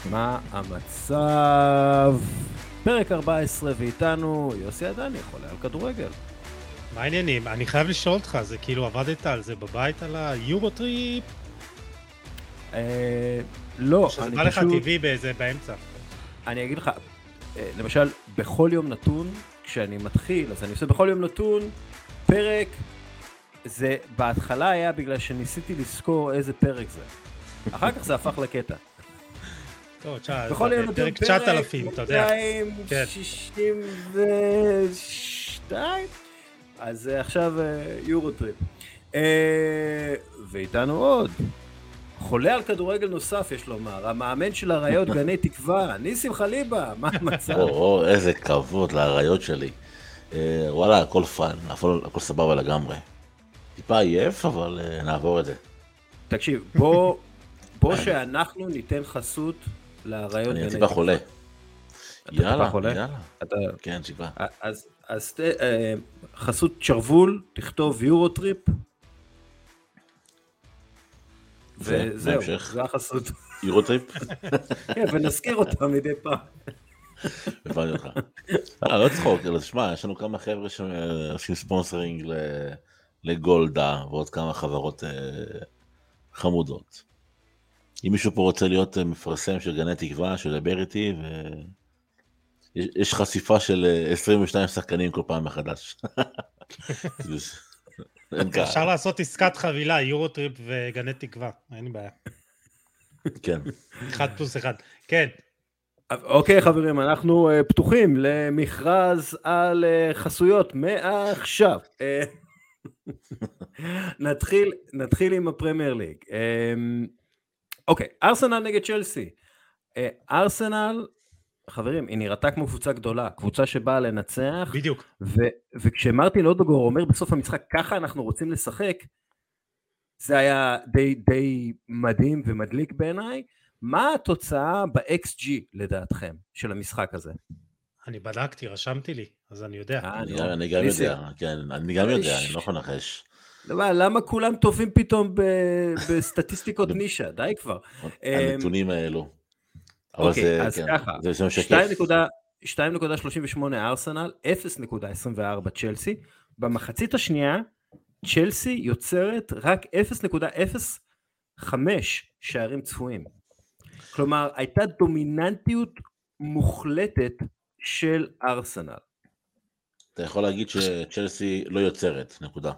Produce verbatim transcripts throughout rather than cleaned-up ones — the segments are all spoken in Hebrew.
מה המצב? פרק ארבע עשרה ואיתנו יוסי עדני, חולה על כדורגל. מה העניינים? אני חייב לשאול אותך, זה כאילו עבדת על זה בבית על היורוטריפ? אה, לא, שזה אני בא לך פשוט... טבעי באיזה באמצע. אני אגיד לך, אה, למשל, בכל יום נתון, כשאני מתחיל, אז אני עושה בכל יום נתון, פרק, זה בהתחלה היה בגלל שניסיתי לזכור איזה פרק זה. אחר כך זה הפך לקטע. טוב, תשעה, בכל יום נתון פרק תשעת אלפים, אתה יודע. מאתיים שישים ושתיים, אז עכשיו יורוטריפ. ואיתנו עוד חולה על כדורגל נוסף, יש לומר, המאמן של הרעיות גני תקווה, ניסים חליבה, מה המצב? או, איזה כבוד להרעיות שלי. וואלה, הכל פאן, הכל סבבה לגמרי. טיפה עייף, אבל נעבור את זה. תקשיב, בוא בוא שאנחנו ניתן חסות להרעיות גני תקווה. אני טיפה חולה. יאללה, יאללה. כן, טיפה. אז אז חסות שרוול, תכתוב יורוטריפ. וזהו, זה החסות. יורוטריפ? כן, ונזכיר אותה מדי פעם. הבנתי אותך. לא צחוק, תשמע, יש לנו כמה חבר'ה שעושים ספונסרינג לגולדה, ועוד כמה חברות חמודות. אם מישהו פה רוצה להיות מפרסם של גני תקווה, שידבר איתי, ויש חשיפה של עשרים ושניים שחקנים כל פעם מחדש. אפשר לעשות עסקת חבילה, יורוטריפ וגני תקווה, אין בעיה. כן. אחד פלוס אחד, כן. אוקיי חברים, אנחנו פתוחים למכרז על חסויות מעכשיו. נתחיל, נתחיל עם הפרמייר ליג. אוקיי, ארסנל נגד צ'לסי. ארסנל, חברים, היא נראתה כמו קבוצה גדולה, קבוצה שבאה לנצח. בדיוק. וכשמרטין אודגור אומר בסוף המשחק, ככה אנחנו רוצים לשחק, זה היה די, די מדהים ומדליק בעיניי. מה התוצאה ב-אקס ג'י לדעתכם של המשחק הזה? אני בדקתי, רשמתי לי, אז אני יודע. אני גם יודע, כן, אני גם יודע, אני לא יכול לנחש. למה כולם טובים פתאום בסטטיסטיקות נישה? די כבר. הנתונים האלו. אוקיי, אז ככה, שתיים נקודה שלושים ושמונה ארסנל, אפס נקודה עשרים וארבע צ'לסי, במחצית השנייה, צ'לסי יוצרת רק אפס נקודה אפס חמש שערים צפויים. כלומר, הייתה דומיננטיות מוחלטת של ארסנל. אתה יכול להגיד שצ'לסי לא יוצרת, נקודה.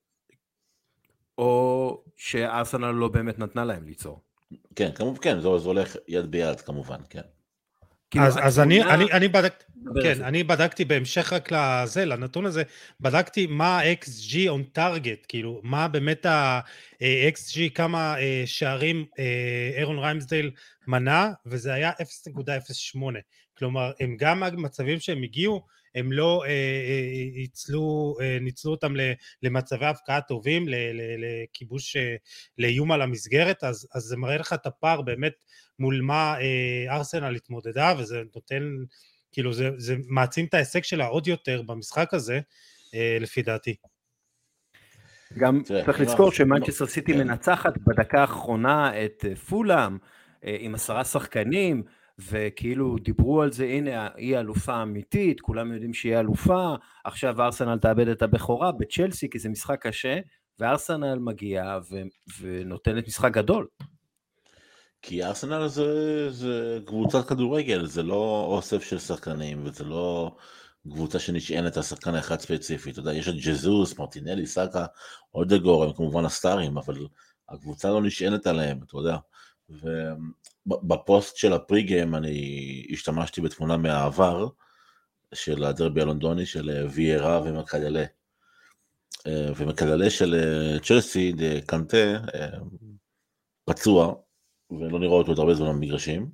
או שארסנל לא באמת נתנה להם ליצור. כן, כמובן, כן, זה הולך יד ביד, כמובן, כן. אז, אז אני, אני, אני בדקתי, כן, אני בדקתי בהמשך רק לזה, לנתון הזה, בדקתי מה ה-אקס ג'י on target, כאילו, מה באמת ה-אקס ג'י, כמה שערים אירון ריימסדייל מנה, וזה היה אפס נקודה אפס שמונה. כלומר, הם גם המצבים שהם הגיעו, הם לא ניצלו, ניצלו אותם למצבי הפקעה טובים, לכיבוש, לאיום על המסגרת, אז, אז זה מראה לך את הפער באמת, מול מה ארסנל התמודדה, וזה נותן, כאילו זה, זה מעצים את ההישג שלה עוד יותר במשחק הזה, לפי דעתי. גם צריך לזכור שמנצ'סטר סיטי מנצחת בדקה האחרונה את פולאם, עם עשרה שחקנים, וכאילו דיברו על זה, הנה היא אלופה אמיתית, כולם יודעים שהיא אלופה, עכשיו ארסנל תאבד את הבכורה בצ'לסי, כי זה משחק קשה, וארסנל מגיעה ונותנת משחק גדול. כי ארסנל זה, זה קבוצת כדורגל, זה לא אוסף של שחקנים, וזה לא קבוצה שנשענת על שחקן אחד ספציפי. אתה יודע, יש את ג'זוס, מרטינלי, סאקה, אודגור, הם כמובן הסטארים, אבל הקבוצה לא נשענת עליהם, אתה יודע. ובפוסט של הפריגיים אני השתמשתי בתמונה מהעבר, של הדרבי הלונדוני, של ויירה ומקדלה. ומקדלה של צ'לסי, קנטה, פצוע, ולא נראה אותו עוד הרבה זמן במגרשים,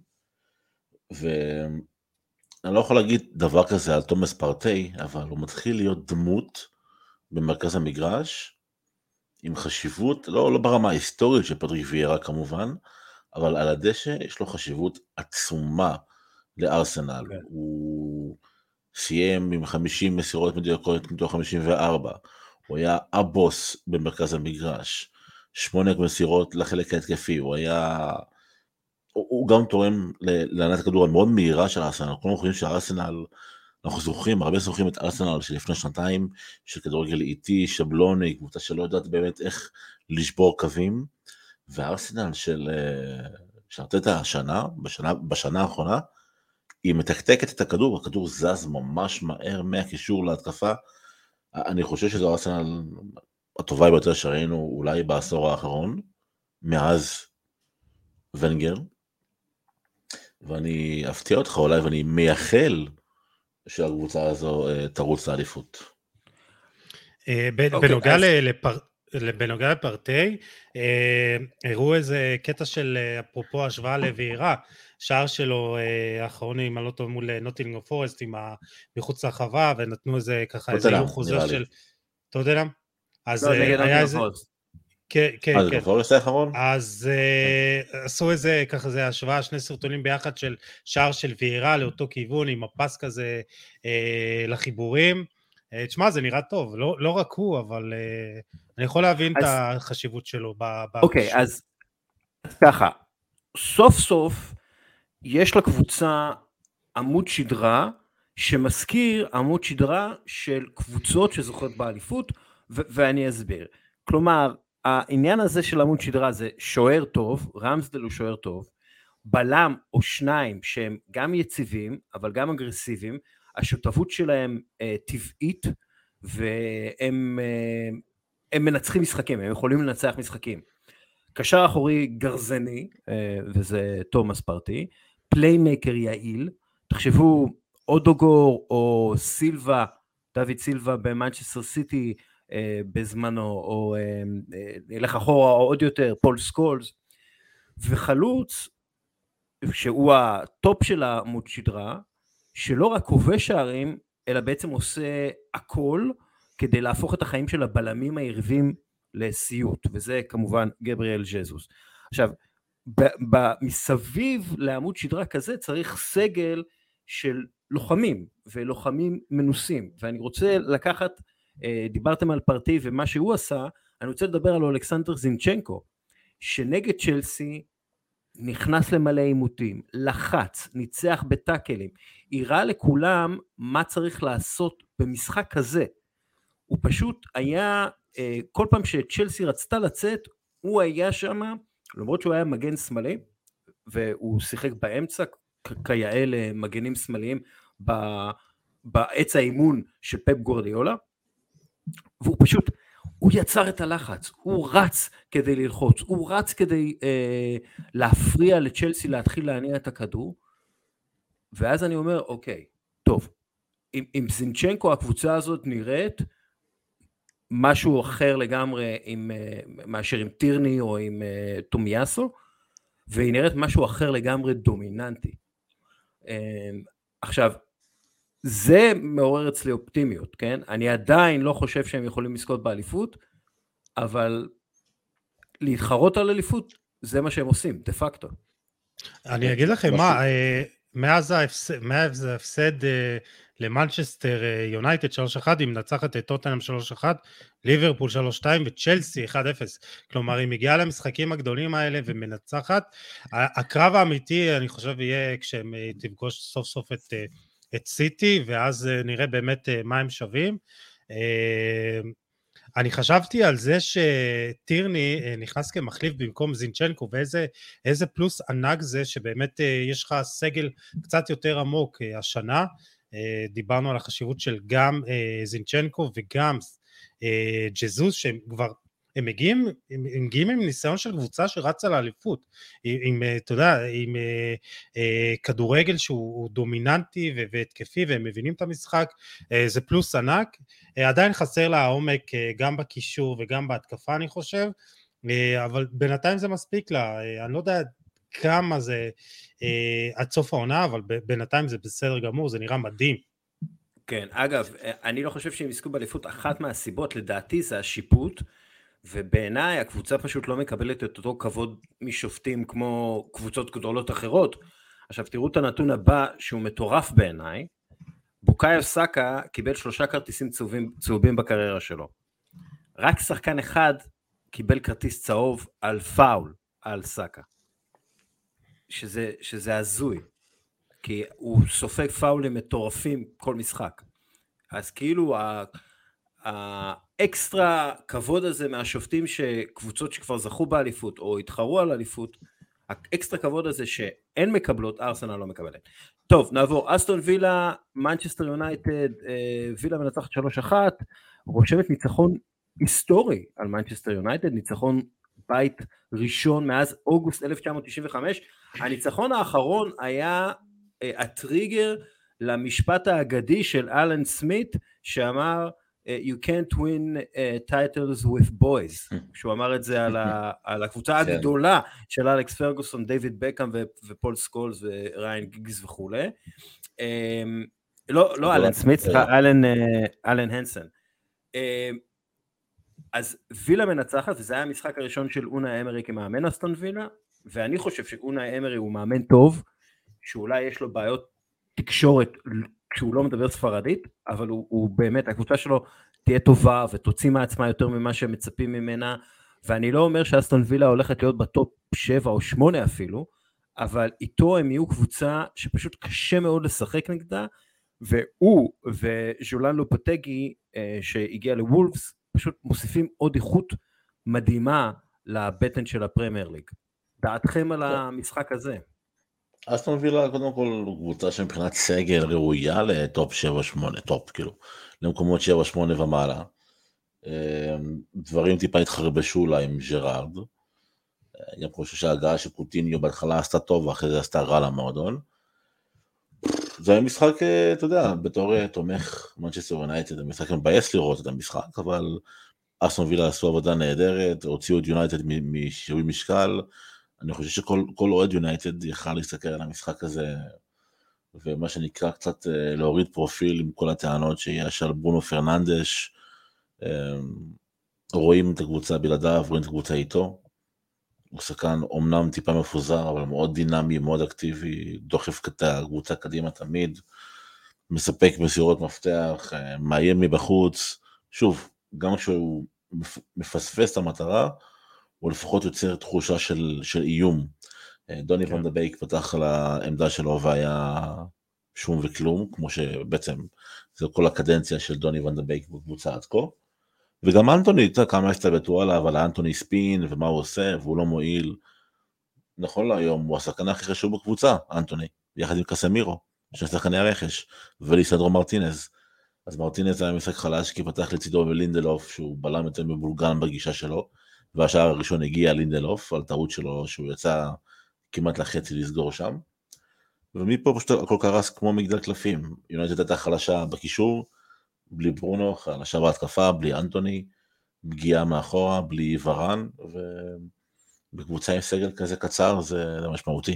ואני לא יכול להגיד דבר כזה על תומאס פרטי, אבל הוא מתחיל להיות דמות במרכז המגרש, עם חשיבות, לא, לא ברמה ההיסטורית של פטריק ויירה כמובן, אבל על הדשא יש לו חשיבות עצומה לארסנל. Okay. הוא סיים עם חמישים מסירות מדויקות מתוך חמישים וארבע, הוא היה הבוס במרכז המגרש, שמונה מסירות לחלק ההתקפי, הוא היה הוא גם תורם להנעת הכדור המאוד מהירה של ארסנל. אנחנו חושבים שהארסנל, אנחנו זוכרים, הרבה זוכרים את ארסנל של לפני שנתיים, של כדורגל איטי, שבלוני, קבוצה שלא יודעת באמת איך לשבור קווים, והארסנל של ארטטה השנה, בשנה, בשנה האחרונה, היא מתקתקת את הכדור, הכדור זז ממש מהר מהקישור להתקפה. אני חושב שזו ארסנל הטובה ביותר שראינו אולי בעשור האחרון, מאז ונגר, ואני אפתיע אותך אולי, ואני מייחל שהקבוצה הזו תרוץ לאליפות. בנוגע בנוגע לפרטי, הראו איזה קטע של אפרופו השוואה לווירה, שער שלו האחרון, אם אני לא טוב, מול נוטינגהאם פורסט, מחוץ לרחבה, ונתנו איזה ככה איזה היו חוזר של טוטנהאם. אז היה איזה... כן, כן, כן. אז עשו איזה, ככה זה השוואה, שני סרטונים ביחד של שער של וירה לאותו כיוון, עם הפס כזה לחיבורים. תשמע, זה נראה טוב, לא רק הוא, אבל אני יכול להבין את החשיבות שלו. אוקיי, אז ככה, סוף סוף יש לקבוצה עמוד שדרה, שמזכיר עמוד שדרה של קבוצות שזוכות באליפות, ואני אסביר. כלומר, העניין הזה של עמוד שדרה זה שוער טוב, רמסדל הוא שוער טוב, בלם או שניים שהם גם יציבים, אבל גם אגרסיביים, השותפות שלהם אה, טבעית, והם אה, הם מנצחים משחקים, הם יכולים לנצח משחקים. קשר אחורי גרזני, אה, וזה תומאס פרטי, פליימקר יעיל, תחשבו אודוגור או סילבה, דוד סילבה במנצ'סטר סיטי, בזמנו, או נלך אחורה או עוד יותר, פול סקולס, וחלוץ, שהוא הטופ של העמוד שדרה, שלא רק כובש שערים, אלא בעצם עושה הכל, כדי להפוך את החיים של הבלמים היריבים לסיוט, וזה כמובן גבריאל ז'זוס. עכשיו, מסביב לעמוד שדרה כזה, צריך סגל של לוחמים, ולוחמים מנוסים, ואני רוצה לקחת, דיברתם על פרטי ומה שהוא עשה, אני רוצה לדבר על אלכסנדר זינצ'נקו, שנגד צ'לסי נכנס למלא עימותים, לחץ, ניצח בטאקלים, הראה לכולם מה צריך לעשות במשחק כזה. הוא פשוט היה, כל פעם שצ'לסי רצתה לצאת, הוא היה שם, למרות שהוא היה מגן שמאלי, והוא שיחק באמצע, כיאה למגנים שמאליים, בעץ האימון של פפ גוארדיולה, והוא פשוט, הוא יצר את הלחץ, הוא רץ כדי ללחוץ, הוא רץ כדי אה, להפריע לצ'לסי להתחיל להניע את הכדור, ואז אני אומר, אוקיי, טוב, עם, עם זינצ'נקו הקבוצה הזאת נראית משהו אחר לגמרי עם, אה, מאשר עם טירני או עם אה, תומיאסו, והיא נראית משהו אחר לגמרי דומיננטי. אה, עכשיו, זה מעורר אצלי אופטימיות, כן? אני עדיין לא חושב שהם יכולים לזכות באליפות, אבל להתחרות על אליפות, זה מה שהם עושים, דה פקטו. אני אגיד לכם מה, מאז ההפסד למנצ'סטר יונייטד שלוש אחת, היא מנצחת את טוטנהאם שלוש אחת, ליברפול שלוש שתיים וצ'לסי אחד אפס. כלומר, היא מגיעה למשחקים הגדולים האלה ומנצחת. הקרב האמיתי, אני חושב, יהיה כשהם תפגוש סוף סוף את... את סיטי, ואז נראה באמת מה הם שווים. אני חשבתי על זה שטירני נכנס כמחליף במקום זינצ'נקו, ואיזה איזה פלוס ענק זה, שבאמת יש לך סגל קצת יותר עמוק השנה, דיברנו על החשיבות של גם זינצ'נקו וגם ג'זוס, שהם כבר, הם מגיעים, הם מגיעים עם ניסיון של קבוצה שרצה לאליפות, עם, אתה יודע, עם כדורגל שהוא דומיננטי והתקפי, והם מבינים את המשחק, זה פלוס ענק, עדיין חסר לה העומק גם בקישור וגם בהתקפה אני חושב, אבל בינתיים זה מספיק לה, אני לא יודע כמה זה עד סוף העונה, אבל בינתיים זה בסדר גמור, זה נראה מדהים. כן, אגב, אני לא חושב שהם יזכו באליפות, אחת מהסיבות לדעתי זה השיפוט, ובעיניי הקבוצה פשוט לא מקבלת את אותו כבוד משופטים כמו קבוצות גדולות אחרות. עכשיו תראו את הנתון הבא שהוא מטורף בעיניי, בוקאיו סאקה קיבל שלושה כרטיסים צהובים, צהובים בקריירה שלו, רק שחקן אחד קיבל כרטיס צהוב על פאול על סאקה, שזה, שזה הזוי, כי הוא סופג פאולים מטורפים כל משחק. אז כאילו האקסטרה כבוד הזה מהשופטים שקבוצות שכבר זכו באליפות או התחרו על אליפות, האקסטרה כבוד הזה שאין מקבלות, ארסנל לא מקבלת. טוב, נעבור, אסטון וילה, מנצ'סטר יונייטד, וילה מנצחת שלוש אחת, רושמת ניצחון היסטורי על מנצ'סטר יונייטד, ניצחון בית ראשון מאז אוגוסט אלף תשע מאות תשעים וחמש, הניצחון האחרון היה הטריגר למשפט האגדי של אלן סמית, שאמר, you can't win uh, titles with boys, שהוא אמר את זה על, ה, על הקבוצה הגדולה של אלכס פרגוסון, דיוויד בקאם ו, ופול סקולס וריין גיגס וכו'. Um, לא, לא אלן סמית, סליחה, אלן, uh, אלן הנסן. Um, אז וילה מנצחת, וזה היה המשחק הראשון של אונה אמרי כמאמן אסטון וילה, ואני חושב שאונה אמרי הוא מאמן טוב, שאולי יש לו בעיות תקשורת כשהוא לא מדבר ספרדית, אבל הוא, הוא באמת, הקבוצה שלו תהיה טובה ותוציא מעצמה יותר ממה שהם מצפים ממנה, ואני לא אומר שאסטון וילה הולכת להיות בטופ שבע או שמונה אפילו, אבל איתו הם יהיו קבוצה שפשוט קשה מאוד לשחק נגדה, והוא וז'ולן לופטגי שהגיע לוולפס, פשוט מוסיפים עוד איכות מדהימה לבטן של הפרמייר ליג. דעתכם על המשחק הזה? אסטון וילה קודם כל קבוצה שמבחינת סגל ראויה לטופ שבע שמונה, טופ כאילו, למקומות שבע שמונה ומעלה. דברים טיפה התחרבשו לה עם ג'רארד. אני חושב שההגעה של קוטיניו בהתחלה עשתה טוב ואחרי זה עשתה רע למועדון. זה היה משחק, אתה יודע, בתור תומך מנצ'סטר יונייטד, המשחק מבאס לראות את המשחק, אבל אסטון וילה עשו עבודה נהדרת, הוציאו את יונייטד משיווי משקל. אני חושב שכל כל אוהד יונייטד יכל להסתכל על המשחק הזה, ומה שנקרא קצת להוריד פרופיל עם כל הטענות שיש על ברונו פרננדש, רואים את הקבוצה בלעדיו, רואים את הקבוצה איתו, הוא שחקן אומנם טיפה מפוזר, אבל מאוד דינמי, מאוד אקטיבי, דוחף את הקבוצה קדימה תמיד, מספק מסירות מפתח, מאיים מבחוץ, שוב, גם כשהוא מפספס את המטרה, הוא לפחות יוצר תחושה של, של איום. דוני כן. ון דה בייק פתח על העמדה שלו והיה שום וכלום, כמו שבעצם זה כל הקדנציה של דוני ון דה בייק בקבוצה עד כה. וגם אנטוני, אתה כמה הסתלבטו עליו, אבל האנטוני ספין ומה הוא עושה, והוא לא מועיל. נכון להיום, הוא השחקן הכי חשוב בקבוצה, אנטוני, יחד עם קסמירו, של שחקני הרכש, וליסנדרו מרטינז. אז מרטינז היה משחק חלש, כי פתח לצידו ולינדלוף, שהוא בלם יותר מבולגן בגישה שלו, והשער הראשון הגיע לינדלוף, על טעות שלו, שהוא יצא כמעט לחצי לסגור שם, ומפה פשוט הכל קרס כמו מגדל קלפים. יונייטד הייתה חלשה בקישור, בלי ברונו, חלשה בהתקפה, בלי אנטוני, פגיעה מאחורה, בלי ורן, ובקבוצה עם סגל כזה קצר זה משמעותי.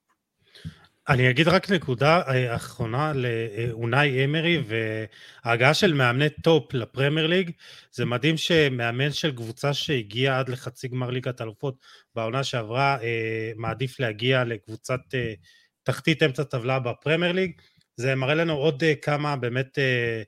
אני אגיד רק נקודה האחרונה לאונאי אמרי, וההגעה של מאמני טופ לפרמייר ליג, זה מדהים שמאמן של קבוצה שהגיעה עד לחצי גמר ליגת האלופות, בעונה שעברה מעדיף להגיע לקבוצת תחתית אמצע טבלה בפרמייר ליג, זה מראה לנו עוד כמה באמת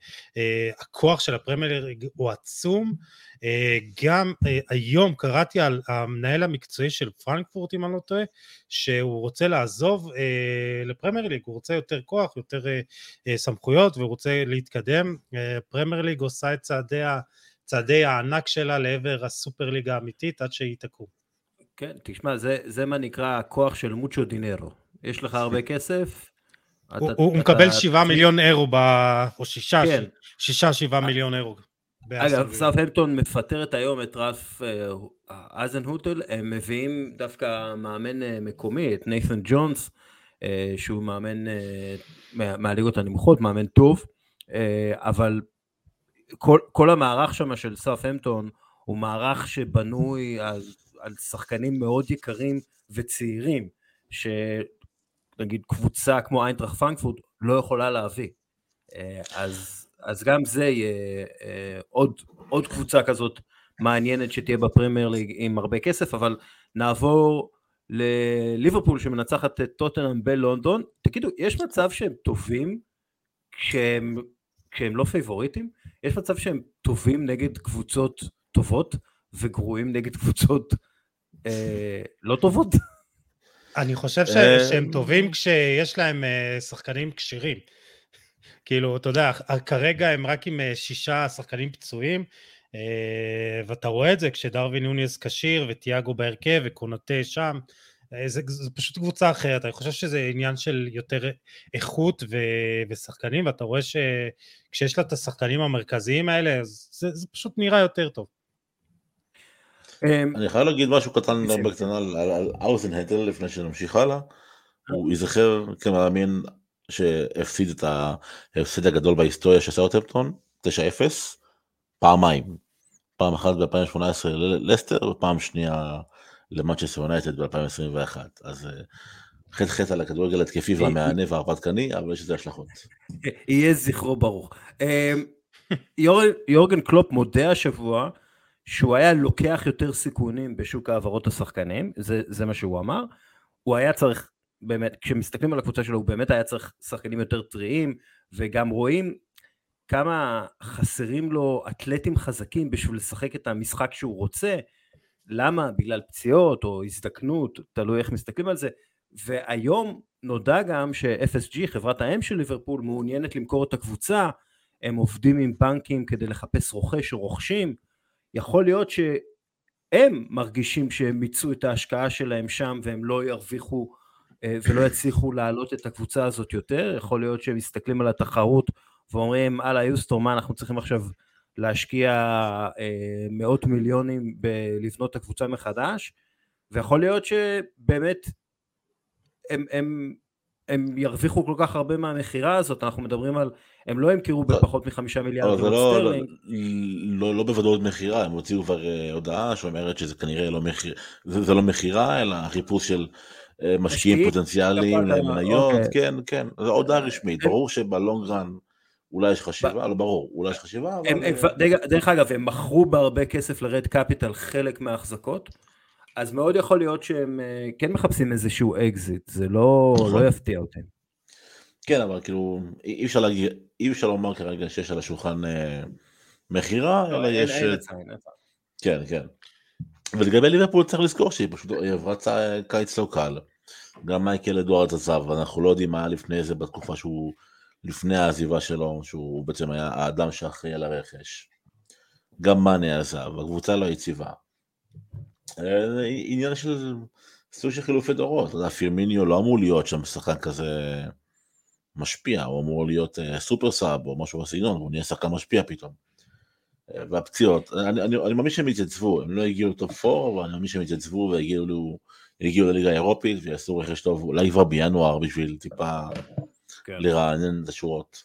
הכוח של הפרמייר ליג הוא עצום. גם היום קראתי על המנהל המקצועי של פרנקפורט, אם אני לא טועה, שהוא רוצה לעזוב לפרמייר ליג, הוא רוצה יותר כוח, יותר סמכויות, והוא רוצה להתקדם. פרמייר ליג עושה את צעדי, צעדי הענק שלה לעבר הסופר ליגה האמיתית, עד שהיא תקום. כן, תשמע, זה, זה מה נקרא הכוח של מוצ'ו דינרו. יש לך הרבה כסף, הוא מקבל שבעה מיליון אירו, או שישה, שישה, שבעה מיליון אירו. אגב, סאות'המפטון מפטרת היום את רף אייזנהוטל, הם מביאים דווקא מאמן מקומי, את ניית'ן ג'ונס, שהוא מאמן מהליגות הנמוכות, מאמן טוב, אבל כל, כל המערך שם של סאות'המפטון, הוא מערך שבנוי על, על שחקנים מאוד יקרים וצעירים, ש... נגיד קבוצה כמו איינטראכט פרנקפורט לא יכולה להביא, אז, אז גם זה יהיה עוד, עוד קבוצה כזאת מעניינת שתהיה בפרמייר ליג עם הרבה כסף. אבל נעבור לליברפול שמנצחת את טוטנהאם בלונדון. תגידו, יש מצב שהם טובים כשהם, כשהם לא פייבוריטים? יש מצב שהם טובים נגד קבוצות טובות וגרועים נגד קבוצות אה, לא טובות? אני חושב שהם טובים כשיש להם שחקנים קשירים. כאילו, אתה יודע, כרגע הם רק עם שישה שחקנים פצועים, ואתה רואה את זה כשדרווין נוניז כשיר, וטיאגו בהרכב, וקונטה שם, זה, זה פשוט קבוצה אחרת. אני חושב שזה עניין של יותר איכות ו, ושחקנים, ואתה רואה שכשיש לה את השחקנים המרכזיים האלה, אז זה, זה פשוט נראה יותר טוב. אני חייב להגיד משהו קטן בקטנה על אוזנהטל לפני שנמשיך הלאה. הוא ייזכר כמאמין שהפסיד את ההפסד הגדול בהיסטוריה של סאות'המפטון, תשע אפס, פעמיים. פעם אחת ב-אלפיים שמונה עשרה ללסטר, ופעם שנייה למנצ'סטר יונייטד ב-אלפיים עשרים ואחת. אז חטא חטא על הכדורגל התקפי והמענה וההרפתקני, אבל יש לזה השלכות. יהיה זכרו ברוך. יורגן קלופ מודה השבוע, שהוא היה לוקח יותר סיכונים בשוק העברות השחקנים, זה, זה מה שהוא אמר. הוא היה צריך, באמת, כשמסתכלים על הקבוצה שלו, הוא באמת היה צריך שחקנים יותר טריים, וגם רואים כמה חסרים לו אתלטים חזקים בשביל לשחק את המשחק שהוא רוצה. למה? בגלל פציעות או הזדקנות, תלוי איך מסתכלים על זה. והיום נודע גם ש-אף אס ג'י, חברת האם של ליברפול, מעוניינת למכור את הקבוצה, הם עובדים עם בנקים כדי לחפש רוכש או רוכשים. יכול להיות שהם מרגישים שהם מיצו את ההשקעה שלהם שם, והם לא ירוויחו ולא יצליחו להעלות את הקבוצה הזאת יותר. יכול להיות שהם מסתכלים על התחרות ואומרים, הלאה יוסטור, מה אנחנו צריכים עכשיו להשקיע מאות מיליונים בלבנות את הקבוצה מחדש, ויכול להיות שבאמת הם, הם, הם ירוויחו כל כך הרבה מהמחירה הזאת. אנחנו מדברים על, הם לא ימכרו בפחות מחמישה מיליארד סטרלינג. לא, לא בוודאות מחירה, הם הוציאו כבר הודעה שאומרת שזה כנראה לא מחיר, זה, זה לא מחירה, אלא חיפוש של משקיעים פוטנציאליים למניות, כן, כן, זו הודעה רשמית, ברור שבלונגרן אולי יש חשיבה, לא ברור, אולי יש חשיבה, אבל... דרך אגב, הם מכרו בהרבה כסף לרד קפיטל חלק מההחזקות, אז מאוד יכול להיות שהם כן מחפשים איזשהו אקזיט, זה לא יפתיע אותם. כן, אבל כאילו, אי אפשר להגיד, אי אפשר לומר כרגע שיש על השולחן מחירה, אלא יש... כן, כן. ולגבי ליברפול צריך לזכור שהיא פשוט עברה קיץ לא קל. גם מייקל אדוארדס עזב, ואנחנו לא יודעים מה לפני זה בתקופה שהוא, לפני העזיבה שלו, שהוא בעצם היה האדם שאחראי על הרכש. גם מאנה עזב, הקבוצה לא יציבה. עניין של סוג של חילופי דורות, פירמיניו לא אמור להיות שם שחקן כזה משפיע, הוא אמור להיות סופר סאב או משהו בסגנון, הוא נהיה שחקן משפיע פתאום. והפציעות, אני, אני, אני מאמין שהם יתייצבו, הם לא הגיעו לטופ פור, אבל אני מאמין שהם יתייצבו והגיעו הגיעו לליגה האירופית, ויעשו רכש טוב, אולי כבר בינואר בשביל טיפה כן. לרענן את השורות.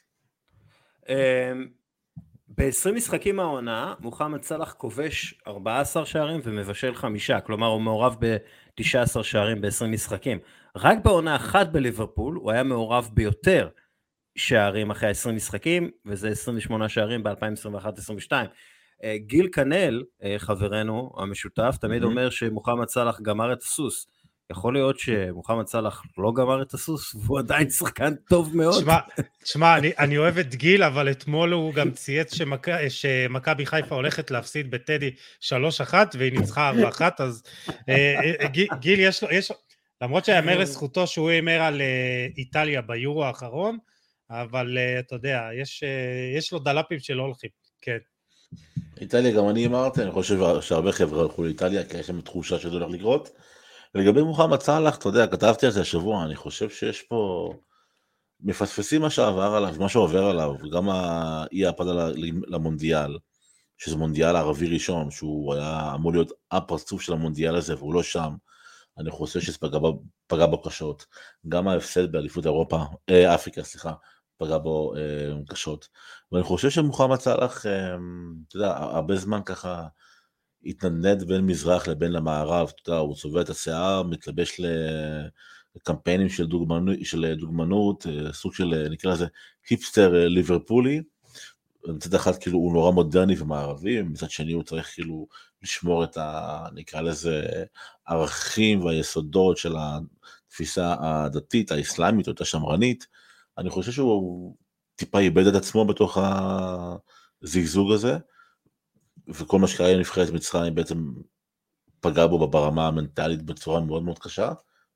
ב-עשרים משחקים העונה, מוחמד סלאח כובש ארבעה עשר שערים ומבשל חמישה, כלומר הוא מעורב ב-תשעה עשר שערים ב-עשרים משחקים. רק בעונה אחת בליברפול הוא היה מעורב ביותר שערים אחרי עשרים משחקים, וזה עשרים ושמונה שערים ב-אלפיים עשרים ואחת עשרים ושתיים. גיל קנל, חברנו המשותף, תמיד mm-hmm. אומר שמוחמד סלאח גמר את הסוס. יכול להיות שמוחמד סלאח לא גמר את הסוס, והוא עדיין שחקן טוב מאוד. תשמע, תשמע, אני, אני אוהב את גיל, אבל אתמול הוא גם צייץ שמכבי חיפה הולכת להפסיד בטדי שלוש אחת, והיא ניצחה ארבע אחת, אז גיל יש לו, יש, למרות שהאמר לזכותו שהוא אמר על איטליה ביורו האחרון, אבל אתה יודע, יש, יש לו דלפים שלא הולכים, כן. איטליה, גם אני אמרתי, אני חושב שהרבה חבר'ה הלכו לאיטליה, כי יש להם תחושה שזה הולך לקרות. לגבי מוחמד סלאח, אתה יודע, כתבתי על זה השבוע, אני חושב שיש פה מפספסים מה שעבר עליו, מה שעובר עליו, גם אי הפעלה למונדיאל, שזה מונדיאל הערבי ראשון, שהוא היה אמור להיות הפרצוף של המונדיאל הזה, והוא לא שם, אני חושב שזה פגע, פגע בו קשות, גם ההפסד באליפות אירופה, אה, אפריקה, סליחה, פגע בו אה, קשות, ואני חושב שמוחמד סלאח, אה, אתה יודע, הרבה זמן ככה, התנדנד בין מזרח לבין למערב, אתה יודע, הוא צובע את השיער, מתלבש לקמפיינים של, דוגמנות, של דוגמנות, סוג של, נקרא לזה, היפסטר ליברפולי, מצד אחד כאילו הוא נורא מודרני ומערבי, מצד שני הוא צריך כאילו לשמור את ה... נקרא לזה, ערכים והיסודות של התפיסה הדתית, האסלאמית או את השמרנית. אני חושב שהוא טיפה איבד את עצמו בתוך הזיגזוג הזה, וכל מה שקרה נבחרת מצרים בעצם פגע בו ברמה המנטלית בצורה מאוד מאוד קשה,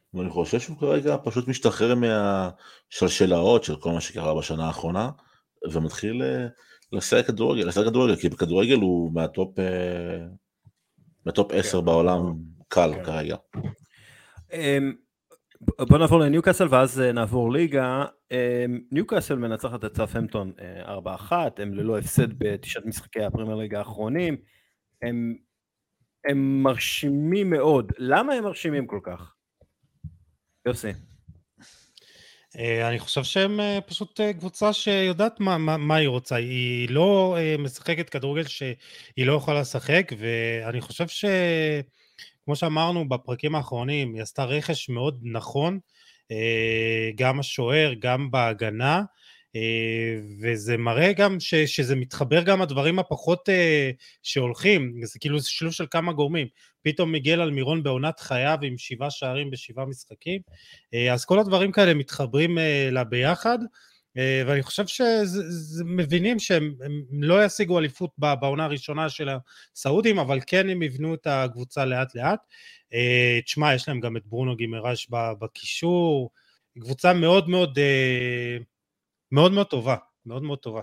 ואני חושב שהוא כרגע פשוט משתחרר מהשלשלאות של כל מה שקרה בשנה האחרונה, ומתחיל לשחק כדורגל, לשחק כדורגל, כי בכדורגל הוא מהטופ, מהטופ עשר בעולם קל כרגע. בוא נעבור לניוקאסל ואז נעבור ליגה. ניוקאסל מנצחת את סאות'המפטון ארבע אחת, הם ללא הפסד בתשעת משחקי הפרמייר ליג האחרונים, הם, הם מרשימים מאוד. למה הם מרשימים כל כך? יוסי. אני חושב שהם פשוט קבוצה שיודעת מה, מה, מה היא רוצה, היא לא משחקת כדורגל שהיא לא יכולה לשחק, ואני חושב ש... כמו שאמרנו בפרקים האחרונים, היא עשתה רכש מאוד נכון, גם השוער, גם בהגנה, וזה מראה גם ש, שזה מתחבר גם הדברים הפחות שהולכים, זה כאילו שילוב של כמה גורמים, פתאום מיגל אלמירון בעונת חייו עם שבעה שערים בשבעה משחקים, אז כל הדברים כאלה מתחברים לה ביחד, ואני חושב שמבינים שהם לא ישיגו אליפות בעונה הראשונה של הסעודים, אבל כן הם יבנו את הקבוצה לאט לאט. תשמע, יש להם גם את ברונו גימרש בקישור, קבוצה מאוד מאוד מאוד מאוד טובה, מאוד מאוד טובה.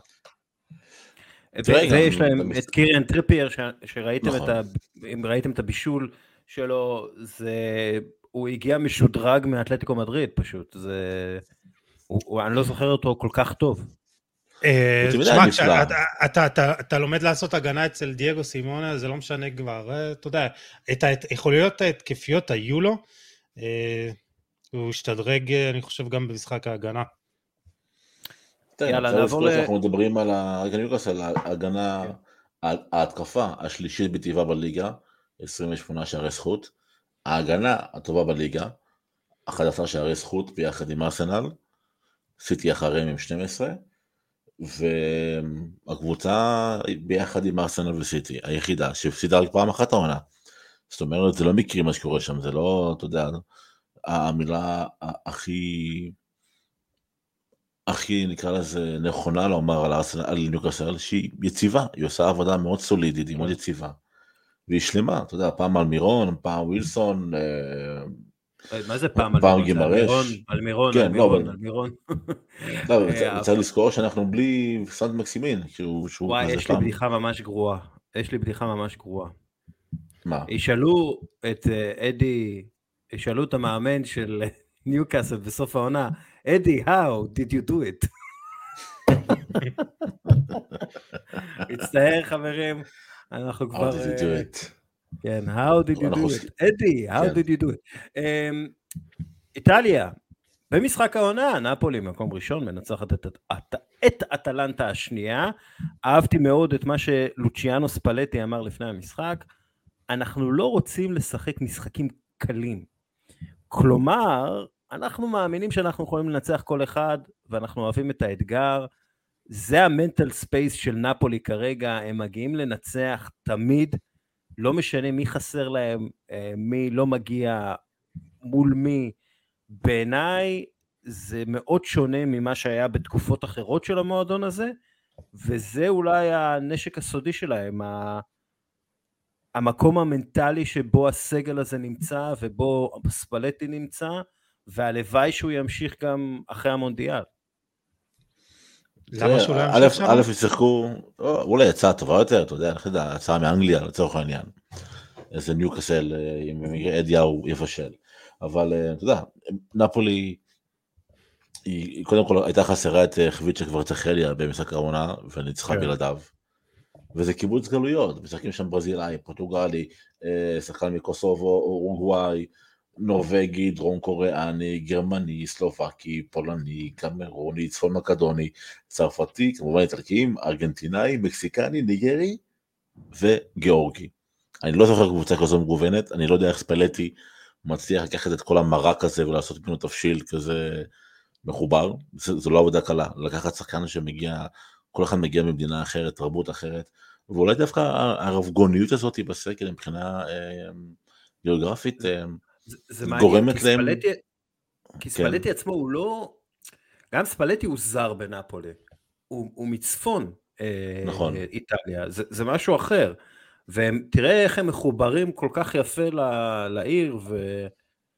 ויש להם את קיריאן טריפייר, שראיתם את הבישול שלו, הוא הגיע משודרג מאתלטיקו מדריד פשוט, זה... אני לא זוכר אותו כל כך טוב. תשמע, אתה לומד לעשות הגנה אצל דייגו סימונה, זה לא משנה כבר, אתה יודע, את היכוליות ההתקפיות היו לו, הוא השתדרג, אני חושב, גם במשחק ההגנה. יאללה, נעבור ל... אנחנו מדברים על ניוקאסל, ההגנה, ההתקפה השלישית בטבעה בליגה, עשרים ושמונה שערי זכות, ההגנה הטובה בליגה, אחת עשרה שערי זכות ביחד עם ארסנל, סיטי אחריהם עם שתים עשרה, והקבוצה ביחד עם ארסנל וסיטי, היחידה שהפסידה רק פעם אחת העונה. זאת אומרת, זה לא מקרי מה שקורה שם, זה לא, אתה יודע, המילה הכי, הכי נקרא לזה נכונה לומר על ארסנל, על ניוקאסל, שהיא יציבה, היא עושה עבודה מאוד סולידית, היא מאוד יציבה, והיא שלמה, אתה יודע, פעם אלמירון, פעם ווילסון, מה זה פעם גימרש? אלמירון, אלמירון, אלמירון. לא, צריך לזכור שאנחנו בלי סנט מקסימין. וואי, יש לי בדיחה ממש גרועה. יש לי בדיחה ממש גרועה. מה? ישאלו את אדי, ישאלו את המאמן של ניוקאסל בסוף העונה, אדי, how did you do it? מצטער חברים, אנחנו כבר... How did you do it? כן, how did you do it? אדי, how did you do it? איטליה, במשחק העונה, נאפולי מקום ראשון, מנצחת את אטלנטה השנייה. אהבתי מאוד את מה שלוציאנו ספלטי אמר לפני המשחק, אנחנו לא רוצים לשחק משחקים קלים. כלומר, אנחנו מאמינים שאנחנו יכולים לנצח כל אחד, ואנחנו אוהבים את האתגר. זה המנטל ספייס של נאפולי כרגע, הם מגיעים לנצח תמיד, לא משנה מי חסר להם, מי לא מגיע מול מי. בעיניי זה מאוד שונה ממה שהיה בתקופות אחרות של המועדון הזה, וזה אולי הנשק הסודי שלהם, המקום המנטלי שבו הסגל הזה נמצא, ובו ספלטי נמצא, והלוואי שהוא ימשיך גם אחרי המונדיאל. למה שהוא לא ימשיך שם? א' יצחקו, אולי יצאה טובה יותר, אתה יודע, יצאה מאנגליה לצורך העניין, איזה ניוקאסל עם אדיהו יבשל, אבל אתה יודע, נאפולי, היא קודם כל הייתה חסרה את חביצ'ה קוורצחליה במשחק העונה, וניצחה בלעדיו, וזה קיבוץ גלויות, משחקים שם ברזילאי, פורטוגלי, שחקן מקוסובו, אורוגוואי, נורווגי, דרום קוריאני, גרמני, סלובקי, פולני, קמרוני, צפון מקדוני, צרפתי, כמובן איטלקיים, ארגנטינאי, מקסיקני, ניגרי וגיאורגי. אני לא זוכר קבוצה כזו מגוונת, אני לא יודע איך ספלטי מצליח לקחת את כל המרק הזה ולעשות ממנו תבשיל כזה מחובר, זו לא עבודה קלה, לקחת שחקן שמגיע, כל אחד מגיע ממדינה אחרת, תרבות אחרת, ואולי דווקא הרבגוניות הזאת בסגל מבחינה אה, גיאוגרפית, אה, זה גורמת להם... כי ספלטי עצמו הוא לא... גם ספלטי הוא זר בנאפולי, הוא מצפון איטליה, זה משהו אחר, ותראה איך הם מחוברים כל כך יפה לעיר,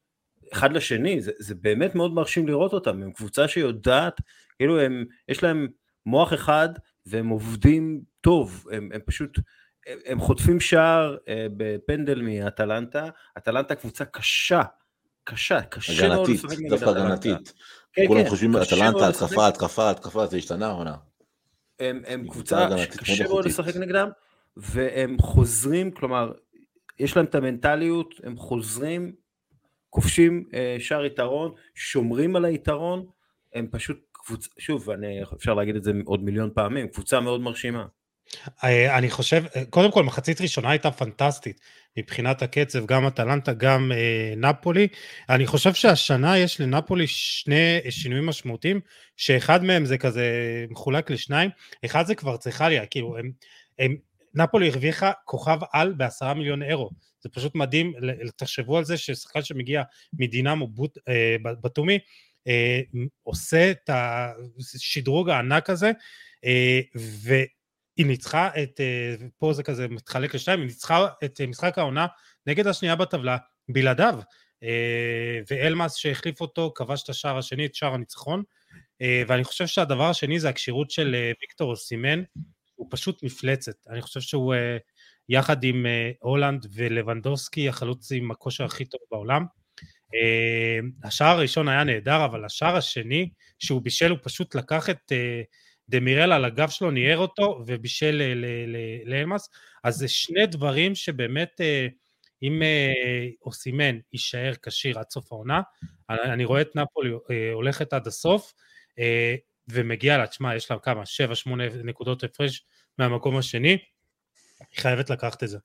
אחד לשני, זה, זה באמת מאוד מרשים לראות אותם, הם קבוצה שיודעת, כאילו הם, יש להם מוח אחד, והם עובדים טוב, הם, הם פשוט, הם, הם חוטפים שער אה, בפנדל מאטלנטה, אטלנטה קבוצה קשה, קשה, קשה מאוד לשחק נגד אטלנטה. דווקא הגנתית, כולם חושבים אטלנטה, התקפה, התקפה, התקפה, זה השתנה העונה. הם, הם קבוצה שקשה מאוד לשחק נגדם, והם חוזרים, כלומר, יש להם את המנטליות, הם חוזרים, כובשים שער יתרון, שומרים על היתרון, הם פשוט קבוצה, שוב, אני, אפשר להגיד את זה עוד מיליון פעמים, קבוצה מאוד מרשימה. אני חושב, קודם כל, מחצית ראשונה הייתה פנטסטית, מבחינת הקצב, גם אטלנטה, גם אה, נפולי. אני חושב שהשנה יש לנפולי שני שינויים משמעותיים, שאחד מהם זה כזה מחולק לשניים, אחד זה כבר צריכה לי, כאילו, הם, הם, נפולי הרוויחה כוכב על בעשרה מיליון אירו, זה פשוט מדהים, תחשבו על זה ששחקן שמגיע מדינמו אה, בתומי, אה, עושה את השדרוג הענק הזה, אה, ו... היא ניצחה את, פה זה כזה מתחלק לשתיים, היא ניצחה את משחק העונה נגד השנייה בטבלה בלעדיו, ואלמאס שהחליף אותו כבש את השער השני, את שער הניצחון, ואני חושב שהדבר השני זה הקשירות של ויקטור אוסימן, הוא פשוט מפלצת, אני חושב שהוא יחד עם הולנד ולוונדובסקי, החלוץ עם הכושר הכי טוב בעולם, השער הראשון היה נהדר, אבל השער השני שהוא בישל, הוא פשוט לקח את דמירל על הגב שלו, ניער אותו, ובישל לאלמאס, אז זה שני דברים שבאמת, אם אוסימן יישאר כשיר עד סוף העונה, אני רואה את נפולי הולכת עד הסוף, ומגיע לה, תשמע, יש לה כמה, שבע, שמונה נקודות הפרש מהמקום השני, היא חייבת לקחת את זה.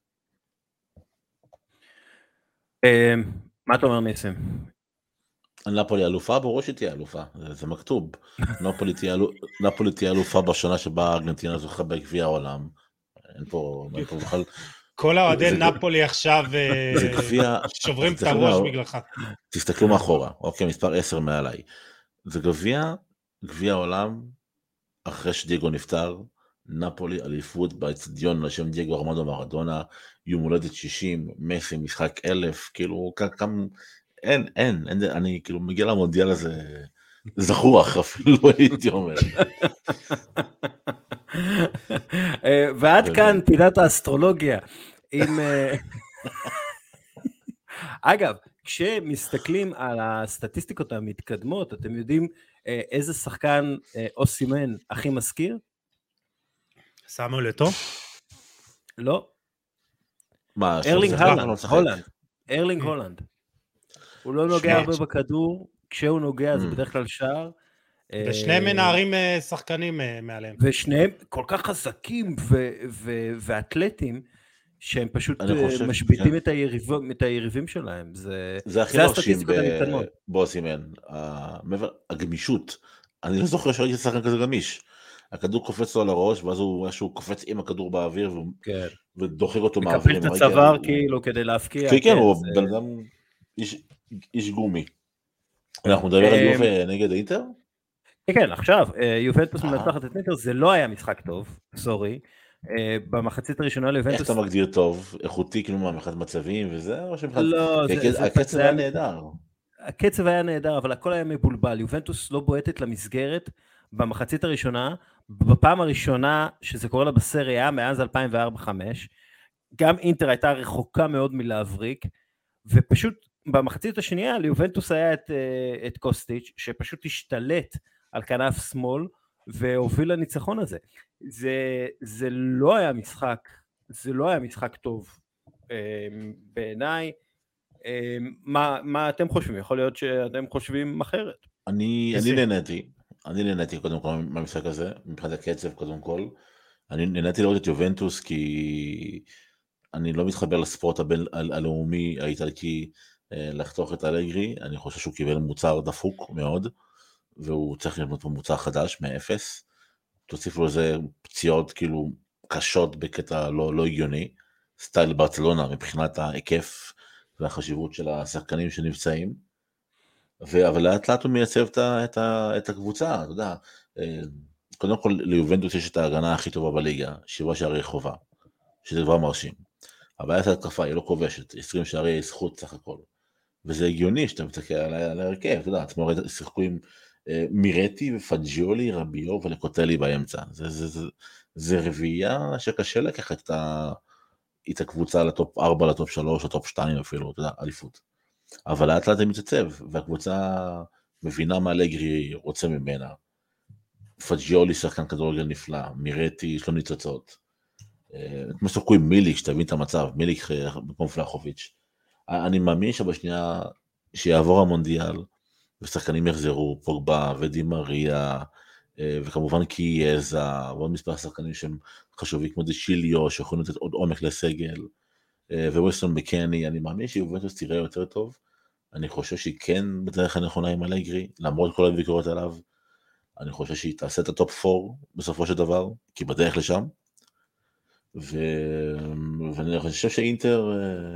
מה אתה אומר ניסים? נפולי אלופה, ברור שתהיה אלופה, זה מכתוב. נפולי תהיה אלופה בשנה שבה ארגנטינה זוכה בגביע העולם. אין פה בכלל... כל האוהדי נפולי עכשיו שוברים את הראש בגללך. תסתכלו מאחורה, אוקיי, מספר עשר מעליי. זה גביע, גביע העולם, אחרי שדייגו נפטר, נפולי אליפות באצטדיון לשם דייגו ארמנדו מרדונה, יום הולדת שישים, מסי משחק אלף, כאילו כמה... אין, אין, אין, אני כאילו מגיע למונדיאל הזה זכוח, אפילו הייתי אומר. ועד כאן פינת האסטרולוגיה. אגב, כשמסתכלים על הסטטיסטיקות המתקדמות, אתם יודעים איזה שחקן אוסימן הכי מזכיר? סמואל אתו? לא. מה? ארלינג הולנד. ארלינג הולנד. הוא לא נוגע הרבה בכדור, כשהוא נוגע זה בדרך כלל שער. ושניהם מנערים שחקנים מעליהם. ושניהם כל כך חזקים ואתלטים, שהם פשוט משביטים את היריבים שלהם. זה הכי מרשים באוסימן. הגמישות, אני לא זוכר שראיתי שחקן כזה גמיש. הכדור קופץ לו על הראש, ואז הוא קופץ עם הכדור באוויר, ודוחק אותו מהאוויר. מקפל את הצוואר כאילו כדי להפקיע. כן, כן, הוא בן אדם... איש גומי. אנחנו נדבר על יובה נגד אינטר? כן, עכשיו, יובנטוס מנצחת את אינטר, זה לא היה משחק טוב, סורי, במחצית הראשונה ליובנטוס... איך אתה מגדיר טוב? איכותי, כאילו מהמחת מצבים וזה? לא, הקצב היה נהדר. הקצב היה נהדר, אבל הכל היה מבולבל, יובנטוס לא בועטת למסגרת במחצית הראשונה, בפעם הראשונה שזה קורה לה בסריה, מאז אלפיים וארבע חמש, גם אינטר הייתה רחוקה מאוד מלהבריק, ופשוט במחצית השנייה ליובנטוס היה את, את קוסטיץ' שפשוט השתלט על כנף שמאל והוביל לניצחון הזה. זה, זה לא היה משחק, זה לא היה משחק טוב בעיניי. מה, מה אתם חושבים? יכול להיות שאתם חושבים אחרת. אני, אני נהניתי, אני נהניתי קודם כל מהמשחק הזה, מבחינת הקצב קודם כל. אני נהניתי לראות את יובנטוס כי אני לא מתחבר לספורט הבין, הלאומי האיטלקי לחתוך את אלגרי, אני חושב שהוא קיבל מוצר דפוק מאוד, והוא צריך לבנות מוצר חדש מאפס, תוסיף לו איזה פציעות כאילו קשות בקטע לא, לא הגיוני, סטייל ברצלונה מבחינת ההיקף והחשיבות של השחקנים שנפצעים, ו... אבל לאט לאט הוא מייצב את, את, את הקבוצה, אתה יודע, קודם כל ליובנטוס יש את ההגנה הכי טובה בליגה, שבעה שערי חובה, שזה דבר מרשים, הבעיה את ההתקפה היא לא כובשת, עשרים שערי זכות סך הכל, וזה הגיוני שאתה מסתכל על ההרכב, אתה יודע, אתמול שיחקו עם מירטי ופג'יולי, רביו ולקוטלי באמצע, זה, זה, זה, זה רביעייה שקשה לקחת את, ה, את הקבוצה לטופ ארבע, לטופ שלוש, לטופ שתיים אפילו, אתה יודע, אליפות. אבל לאט לאט זה מתעצב, והקבוצה מבינה מה אלגרי רוצה ממנה. פג'יולי שחקן כדורגל נפלא, מירטי יש לו ניצוצות. כמו שחקו עם מיליק, שתבין את המצב, מיליק במקום פלחוביץ'. אני מאמין שבשנייה שיעבור המונדיאל, ושחקנים יחזרו, פוגבה ודימריה, וכמובן קייזה, ועוד מספר שחקנים שהם חשובים, כמו דשיליו, שיכולים לתת עוד עומק לסגל, וויסטון מקני, אני מאמין שיובנטוס תראה יותר טוב, אני חושב שהיא כן בדרך הנכונה עם אלגרי, למרות כל הביקורת עליו, אני חושב שהיא תעשה את הטופ ארבע בסופו של דבר, כי בדרך לשם, ו... ואני חושב שאינטר,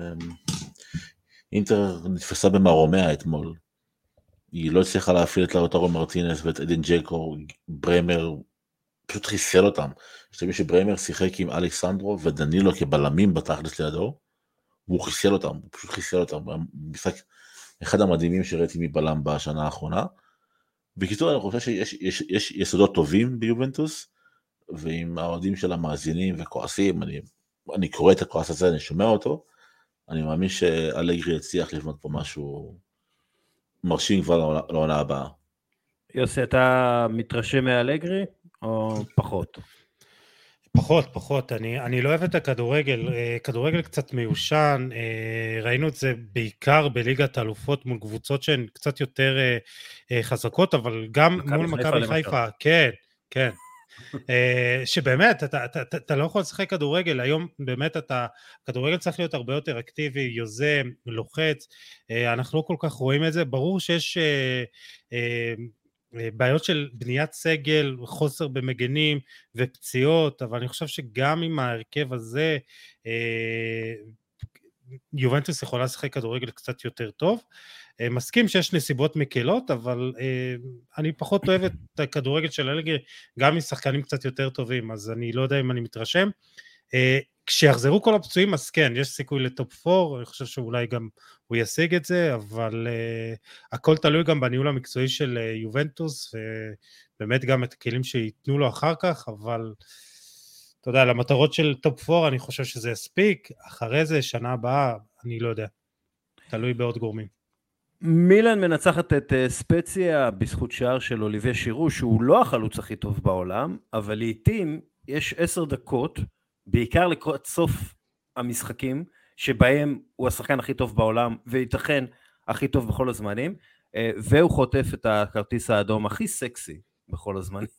אינטר נתפסה במרומיה אתמול, היא לא הצליחה להפעיל את לאוטרו מרטינס ואת אדין ג'קו, ברמר פשוט חיסל אותם, שתבין שברמר שיחק עם אלכסנדרו ודנילו כבלמים בתכלס לידו, והוא חיסל אותם, הוא פשוט חיסל אותם, משחק אחד המדהימים שראיתי מבלם בשנה האחרונה. בקיצור, אני חושב שיש יש, יש יסודות טובים ביובנטוס, ועם האוהדים של המאזינים וכועסים, אני, אני קורא את הכועס הזה, אני שומע אותו, אני מאמין שאלגרי יצליח לבנות פה משהו מרשים כבר לעונה הבאה. יוסי, אתה מתרשם מאלגרי או פחות? פחות, פחות, אני, אני לא אוהב את הכדורגל, כדורגל קצת מיושן, ראינו את זה בעיקר בליגת האלופות מול קבוצות שהן קצת יותר חזקות, אבל גם מול מכבי חיפה, כן, כן, שבאמת, אתה, אתה, אתה, אתה לא יכול לשחק כדורגל, היום באמת אתה, כדורגל צריך להיות הרבה יותר אקטיבי, יוזם, לוחץ, אנחנו לא כל כך רואים את זה, ברור שיש בעיות של בניית סגל, חוסר במגנים ופציעות, אבל אני חושב שגם עם ההרכב הזה, יובנטוס יכולה לשחק כדורגל קצת יותר טוב, מסכים שיש נסיבות מקלות, אבל אני פחות אוהב את הכדורגל של אלגרי, גם עם שחקנים קצת יותר טובים, אז אני לא יודע אם אני מתרשם, כשיחזרו כל הפצועים, אז כן, יש סיכוי לטופ ארבע, אני חושב שאולי גם הוא ישיג את זה, אבל uh, הכל תלוי גם בניהול המקצועי של uh, יובנטוס, ובאמת גם את הכלים שיתנו לו אחר כך, אבל אתה יודע, למטרות של טופ ארבע, אני חושב שזה יספיק, אחרי זה, שנה הבאה, אני לא יודע, תלוי בעוד גורמים. מילאן מנצחת את uh, ספציה בזכות שער של אוליביה שירו, שהוא לא החלוץ הכי טוב בעולם, אבל לעתים יש עשר דקות, בעיקר לקראת סוף המשחקים, שבהם הוא השחקן הכי טוב בעולם, וייתכן הכי טוב בכל הזמנים, והוא חוטף את הכרטיס האדום הכי סקסי בכל הזמנים.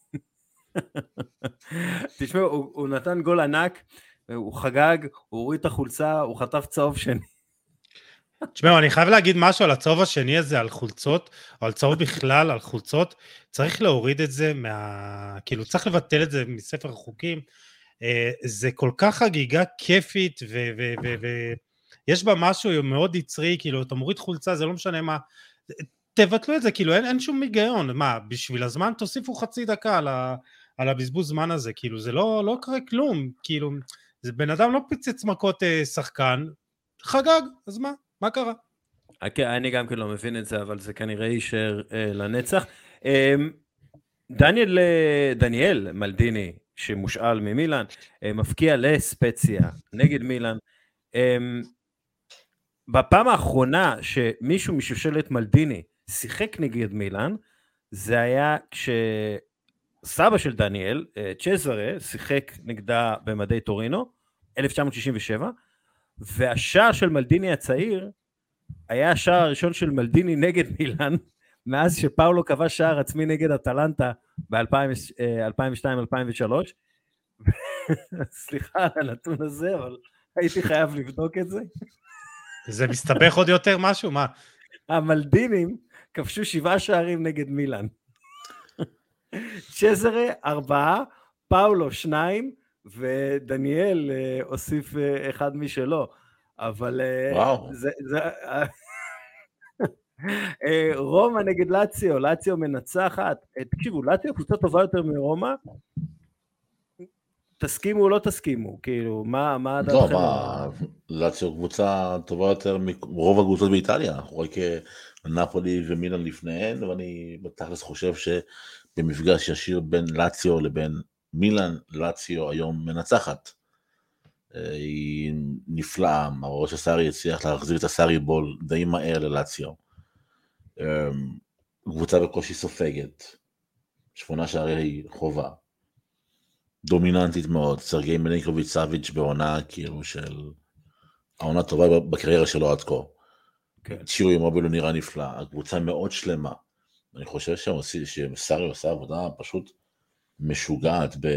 תשמעו, הוא, הוא נתן גול ענק, הוא חגג, הוא הוריד את החולצה, הוא חטף צהוב שני. תשמעו, אני חייב להגיד משהו על הצהוב השני הזה, על חולצות, או על צהוב בכלל, על חולצות, צריך להוריד את זה, מה... כאילו צריך לבטל את זה מספר החוקים, זה כל כך חגיגה כיפית, ויש בה משהו מאוד יצרי, כאילו, אתה מוריד חולצה, זה לא משנה מה, תבטלו את זה, כאילו, אין, אין שום היגיון, מה, בשביל הזמן תוסיפו חצי דקה על, ה, על הבזבוז זמן הזה, כאילו, זה לא, לא קרה כלום, כאילו, זה בן אדם לא פיצץ מכות אה, שחקן, חגג, אז מה, מה קרה? אני גם כן לא מבין את זה, אבל זה כנראה יישאר אה, לנצח. אה, דניאל, דניאל מלדיני, שמושאל ממילאן, מפקיע לספציה נגד מילאן. בפעם האחרונה שמישהו משושלת מלדיני שיחק נגד מילאן, זה היה כשסבא של דניאל, צ'זרה, שיחק נגדה במדי טורינו, אלף תשע מאות שישים ושבע, והשער של מלדיני הצעיר, היה השער הראשון של מלדיני נגד מילאן, מאז שפאולו קבע שער עצמי נגד אטלנטה ב-אלפיים ושתיים אלפיים ושלוש, סליחה על הנתון הזה, אבל הייתי חייב לבדוק את זה. זה מסתבך עוד יותר משהו, מה? המלדינים כבשו שבעה שערים נגד מילאן. צ'זרה ארבעה, פאולו שניים, ודניאל הוסיף אחד משלו. אבל וואו. זה... זה רומא נגד לאציו, לאציו מנצחת, תקשיבו, לאציו קבוצה טובה יותר מרומא, תסכימו או לא תסכימו, כאילו, מה, מה לא, דעתכם? מה, לאציו קבוצה טובה יותר מרוב הקבוצות באיטליה, אנחנו רואים כנפולי ומילאן לפניהן, ואני בתכלס חושב שבמפגש ישיר בין לאציו לבין מילאן, לאציו היום מנצחת. היא נפלאה, הראש הסארי הצליח להחזיר את הסארי בול די מהר ללאציו. קבוצה בקושי סופגת, שמונה שערי חובה. דומיננטית מאוד, סרגי מלינקוביץ' סאביץ' בעונה כאילו של העונה טובה בקריירה שלו עד כה. כן. צ'ירו אימוביל הוא נראה נפלא, הקבוצה מאוד שלמה. אני חושב שסארי עושה עבודה פשוט משוגעת ב...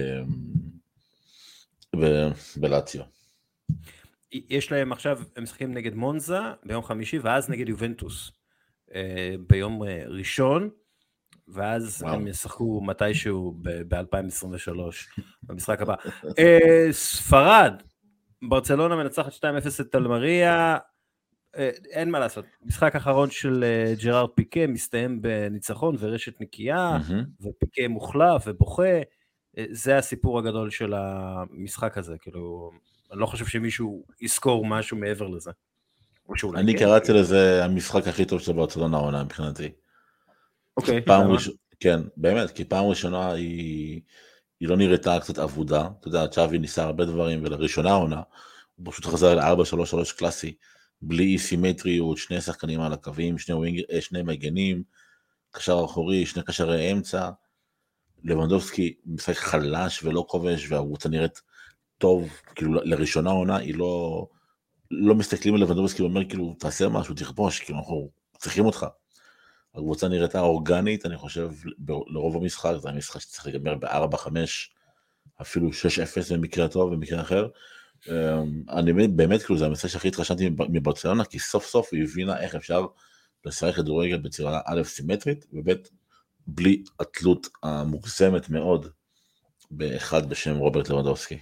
ב... בלאציו. יש להם עכשיו, הם משחקים נגד מונזה ביום חמישי, ואז נגד יובנטוס ביום ראשון, ואז וואו. הם ישחקו מתישהו ב-אלפיים עשרים ושלוש במשחק הבא. ספרד, ברצלונה מנצחת שתיים אפס את אלמריה, אין מה לעשות, משחק אחרון של ג'רארד פיקה מסתיים בניצחון ורשת נקייה, ופיקה מוחלף ובוכה, זה הסיפור הגדול של המשחק הזה, כאילו, אני לא חושב שמישהו יזכור משהו מעבר לזה. אני קראתי לזה המשחק הכי טוב של ברצלונה העונה מבחינתי. אוקיי. פעם ראשונה, כן, באמת, כי פעם ראשונה היא, היא לא נראתה קצת עבודה, אתה יודע, צ'אבי ניסה הרבה דברים, ולראשונה העונה, הוא פשוט חזר ל-ארבע שלוש שלוש קלאסי, בלי אי סימטריות, שני שחקנים על הקווים, שני, ווינג, שני מגנים, קשר אחורי, שני קשרי אמצע, לבנדובסקי משחק חלש ולא כובש, והקבוצה נראית טוב, כאילו לראשונה העונה, היא לא, לא מסתכלים על לבנדובסקי, ואומר כאילו, תעשה משהו, תכבוש, כאילו אנחנו צריכים אותך. הקבוצה נראתה אורגנית, אני חושב, לרוב המשחק, זה המשחק שצריך לגמר ב-ארבע חמש, אפילו שש אפס במקרה טוב, במקרה אחר. אני באמת, כאילו, זה המשחק שהכי התרשמתי מברצלונה, כי סוף סוף היא הבינה איך אפשר לשחק כדורגל בצורה א' סימטרית, וב' בלי התלות המוגזמת מאוד, באחד בשם רוברט לבנדובסקי.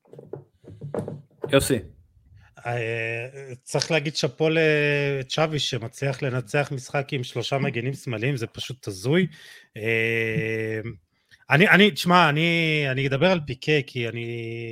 יוסי. צריך להגיד שפו לצ'אבי שמצליח לנצח משחק עם שלושה מגנים שמאליים, זה פשוט הזוי. אני, אני, תשמע, אני, אני אדבר על פיקה, כי אני,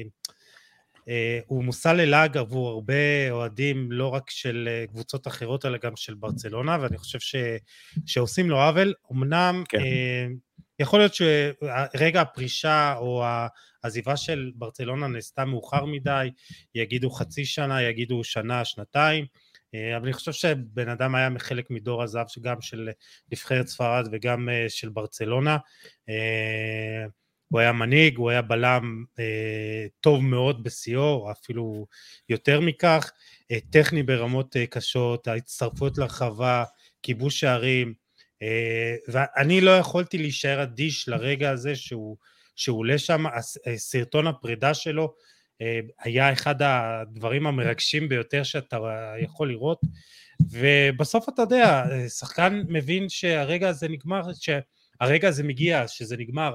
הוא מושא ללעג עבור הרבה אוהדים, לא רק של קבוצות אחרות, אלא גם של ברצלונה, ואני חושב ש, שעושים לו עוול. אמנם, כן. יכול להיות שרגע הפרישה או העזיבה של ברצלונה נעשתה מאוחר מדי, יגידו חצי שנה, יגידו שנה, שנתיים, אבל אני חושב שבן אדם היה מחלק מדור הזהב, גם של נבחרת ספרד וגם של ברצלונה, הוא היה מנהיג, הוא היה בלם טוב מאוד בסיור, אפילו יותר מכך, טכני ברמות קשות, ההצטרפות לרחבה, כיבוש שערים, ואני לא יכולתי להישאר אדיש לרגע הזה שהוא, שהוא עולה שם, סרטון הפרידה שלו היה אחד הדברים המרגשים ביותר שאתה יכול לראות, ובסוף אתה יודע, שחקן מבין שהרגע הזה נגמר, שהרגע הזה מגיע, שזה נגמר,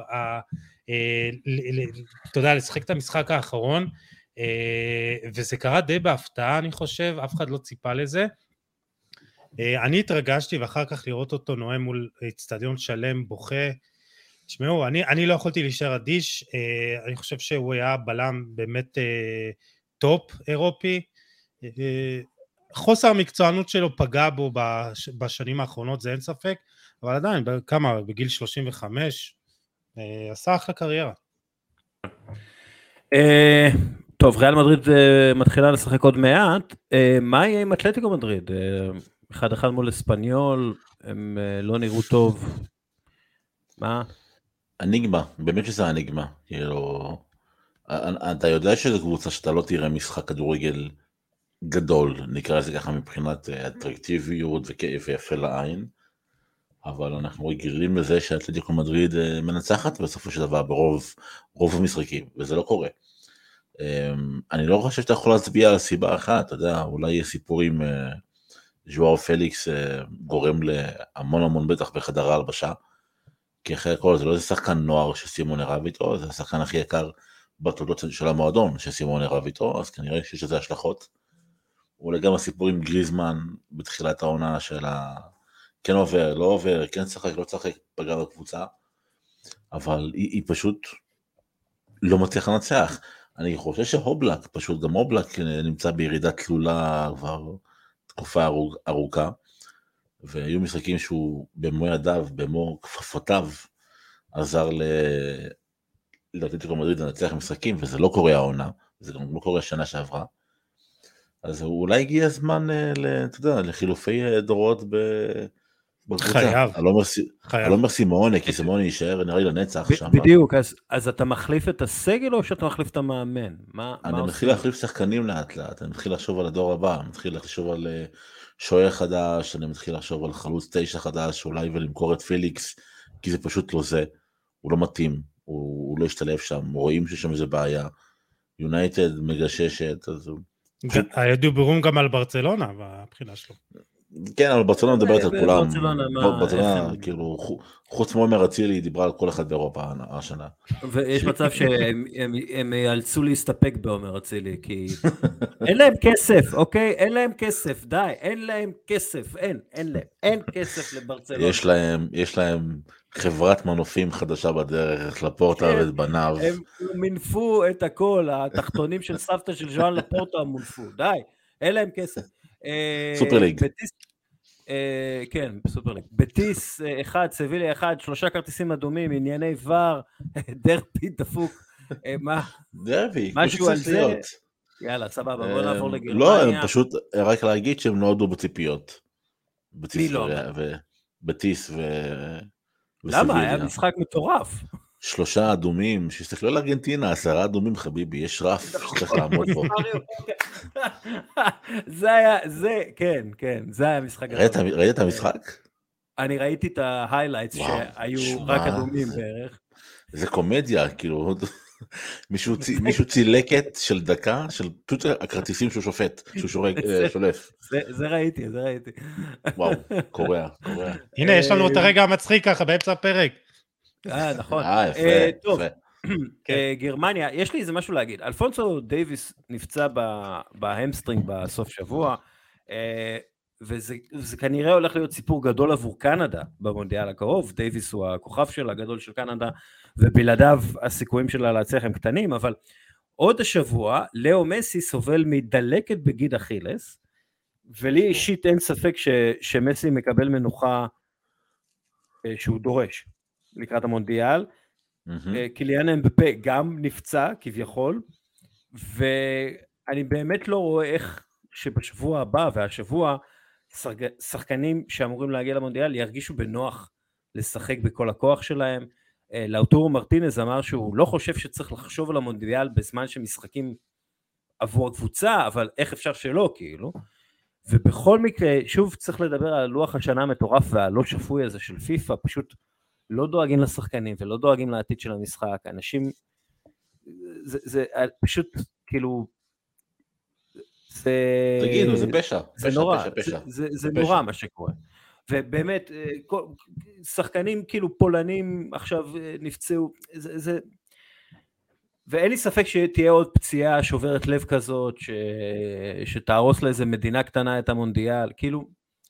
אתה יודע, לשחק את המשחק האחרון, וזה קרה די בהפתעה אני חושב, אף אחד לא ציפה לזה, אני התרגשתי ואחר כך לראות אותו נואם מול אצטדיון שלם בוכה, תשמעו, אני, אני לא יכולתי להישאר אדיש, אני חושב שהוא היה בלם באמת טופ אירופי, חוסר המקצוענות שלו פגע בו בשנים האחרונות, זה אין ספק, אבל עדיין, כמה, בגיל שלושים וחמש, עשה אחלה קריירה. טוב, ריאל מדריד מתחילה לשחק עוד מעט, מה יהיה עם אתלטיקו מדריד? אחד אחד מול אספניול, הם לא נראו טוב, מה? אניגמה, באמת שזה אניגמה, כאילו, אתה יודע שזו קבוצה שאתה לא תראה משחק כדורגל גדול, נקרא לזה ככה מבחינת אטרקטיביות ויפה לעין, אבל אנחנו רגילים לזה שאתלטיקו מדריד מנצחת בסופו של דבר ברוב רוב המשחקים, וזה לא קורה. אני לא חושב שאתה יכול להצביע על סיבה אחת, אתה יודע, אולי יהיה סיפורים, ז'ואאו פליקס גורם להמון המון בטח בחדר ההלבשה, כי אחרי הכל זה לא איזה שחקן נוער שסימון רב איתו, זה השחקן הכי יקר בתולדות של המועדון שסימון רב איתו, אז כנראה שיש לזה השלכות. אולי גם הסיפור עם גריזמן בתחילת העונה של ה... כן עובר, לא עובר, כן צחק, לא צחק, פגע בקבוצה, אבל היא, היא פשוט, לא מצליח לנצח. אני חושב שהובלק, פשוט גם הובלק נמצא בירידה תלולה כבר תקופה ארוכה, והיו משחקים שהוא במו ידיו, במו כפפותיו, עזר לאתלטיקו מדריד לנצח משחקים, וזה לא קורה העונה, זה גם לא קורה שנה שעברה, אז אולי הגיע הזמן, אתה יודע, לחילופי דורות בקבוצה. חייב. אני לא אומר סימונה, כי סימונה יישאר נראה לי לנצח שם. בדיוק, אז אתה מחליף את הסגל או שאתה מחליף את המאמן? אני מתחיל להחליף שחקנים לאט לאט, אני מתחיל לחשוב על הדור הבא, אני מתחיל לחשוב על שוער חדש, אני מתחיל לחשוב על חלוץ תשע חדש, אולי ולמכור את פיליקס, כי זה פשוט לא זה, הוא לא מתאים, הוא לא ישתלב שם, רואים ששם איזה בעיה, יונייטד מגששת, אז הוא... היה דיבורים גם על ברצלונה בבחינה שלו. כן, אבל ברצלונה מדברת על כולם. ברצלונה, כאילו, חוץ מעומר אצילי, דיברה על כל אחד באירופה השנה. ויש מצב שהם יאלצו להסתפק בעומר אצילי, כי אין להם כסף, אוקיי? אין להם כסף, די, אין להם כסף, אין, אין להם, אין כסף לברצלונה. יש להם, יש להם חברת מנופים חדשה בדרך, לפורטה ואת בניו. הם מנפו את הכל, התחתונים של סבתא של ז'ואן לפורטה מונפו, די, אין להם כסף. סופר ליג. כן, סופר ליג. בטיס אחד, סביליה אחד, שלושה כרטיסים אדומים, ענייני ור, דרבי דפוק. מה? דרבי, משהו על זה. יאללה, סבבה, בוא נעבור לגרמניה. לא, פשוט רק להגיד שהם נועדו בציפיות. מי לא? בטיס ו... למה? היה משחק מטורף. שלושה אדומים, שיסתכלו על ארגנטינה, עשרה אדומים חביבי, יש רף שצריך לעמוד בו. זה היה, זה, כן, כן, זה היה משחק. ראית את המשחק? אני ראיתי את ההיילייטס שהיו רק אדומים בערך. זה קומדיה, כאילו, מישהו צילקת של דקה, של פשוט הכרטיסים שהוא שופט, שהוא שולף. זה ראיתי, זה ראיתי. וואו, קורע, קורע. הנה, יש לנו את הרגע המצחיק ככה באמצע הפרק. אה, נכון. אה, יפה, טוב, גרמניה, יש לי איזה משהו להגיד. אלפונסו דייביס נפצע בהמסטרינג בסוף שבוע, וזה כנראה הולך להיות סיפור גדול עבור קנדה במונדיאל הקרוב. דייביס הוא הכוכב שלה, הגדול של קנדה, ובלעדיו הסיכויים שלה להצליח הם קטנים, אבל עוד השבוע, לאו מסי סובל מדלקת בגיד אכילס, ולי אישית אין ספק שמסי מקבל מנוחה שהוא דורש. לקראת המונדיאל, קיליאן אמבפה גם נפצע כביכול, ואני באמת לא רואה איך שבשבוע הבא והשבוע שחקנים שאמורים להגיע למונדיאל ירגישו בנוח לשחק בכל הכוח שלהם. לאוטורו מרטינז אמר שהוא לא חושב שצריך לחשוב על המונדיאל בזמן שמשחקים עבור הקבוצה, אבל איך אפשר שלא כאילו, ובכל מקרה שוב צריך לדבר על לוח השנה המטורף והלא שפוי הזה של פיפה, פשוט לא דואגים לשחקנים ולא דואגים לעתיד של המשחק, אנשים, זה, זה פשוט כאילו, זה, תגידו, זה פשע, זה פשע, נורא, פשע, פשע. זה, זה, זה פשע. נורא מה שקורה, ובאמת, שחקנים כאילו פולנים עכשיו נפצעו, זה, זה, ואין לי ספק שתהיה עוד פציעה שוברת לב כזאת, ש, שתהרוס לאיזה מדינה קטנה את המונדיאל, כאילו,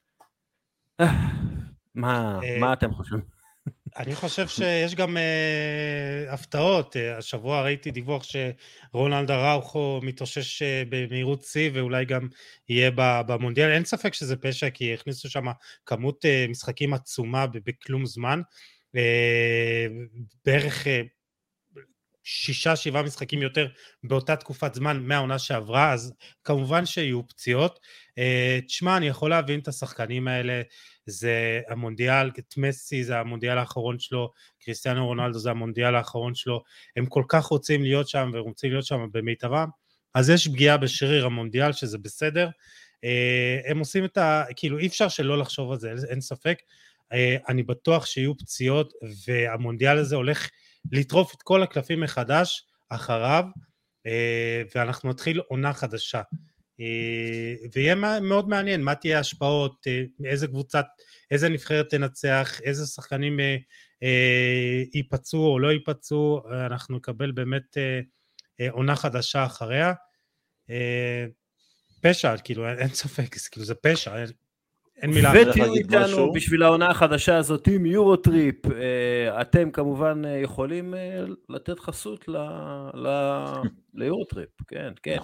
מה, מה אתם חושבים? אני חושב שיש גם uh, הפתעות. uh, השבוע ראיתי דיווח שרונלד אראוכו מתאושש uh, במהירות שיא ואולי גם יהיה במונדיאל. אין ספק שזה פשע כי הכניסו שם כמות uh, משחקים עצומה בכלום זמן, uh, בערך uh, שישה שבעה משחקים יותר באותה תקופת זמן מהעונה שעברה, אז כמובן שיהיו פציעות. uh, תשמע, אני יכול להבין את השחקנים האלה, זה המונדיאל, את מסי זה המונדיאל האחרון שלו, קריסטיאנו רונלדו זה המונדיאל האחרון שלו, הם כל כך רוצים להיות שם ורוצים להיות שם במיטבם, אז יש פגיעה בשריר המונדיאל שזה בסדר, הם עושים את ה... כאילו אי אפשר שלא לחשוב על זה, אין ספק, אני בטוח שיהיו פציעות והמונדיאל הזה הולך לטרוף את כל הקלפים מחדש אחריו, ואנחנו נתחיל עונה חדשה. ויהיה מאוד מעניין מה תהיה ההשפעות, איזה קבוצת, איזה נבחרת תנצח, איזה שחקנים ייפצעו או לא ייפצעו, אנחנו נקבל באמת עונה חדשה אחריה. פשע, כאילו אין ספק, כאילו זה פשע, אין מילה. ותהיו איתנו בשביל העונה החדשה הזאת עם יורוטריפ, אתם כמובן יכולים לתת חסות ליורוטריפ, כן, כן.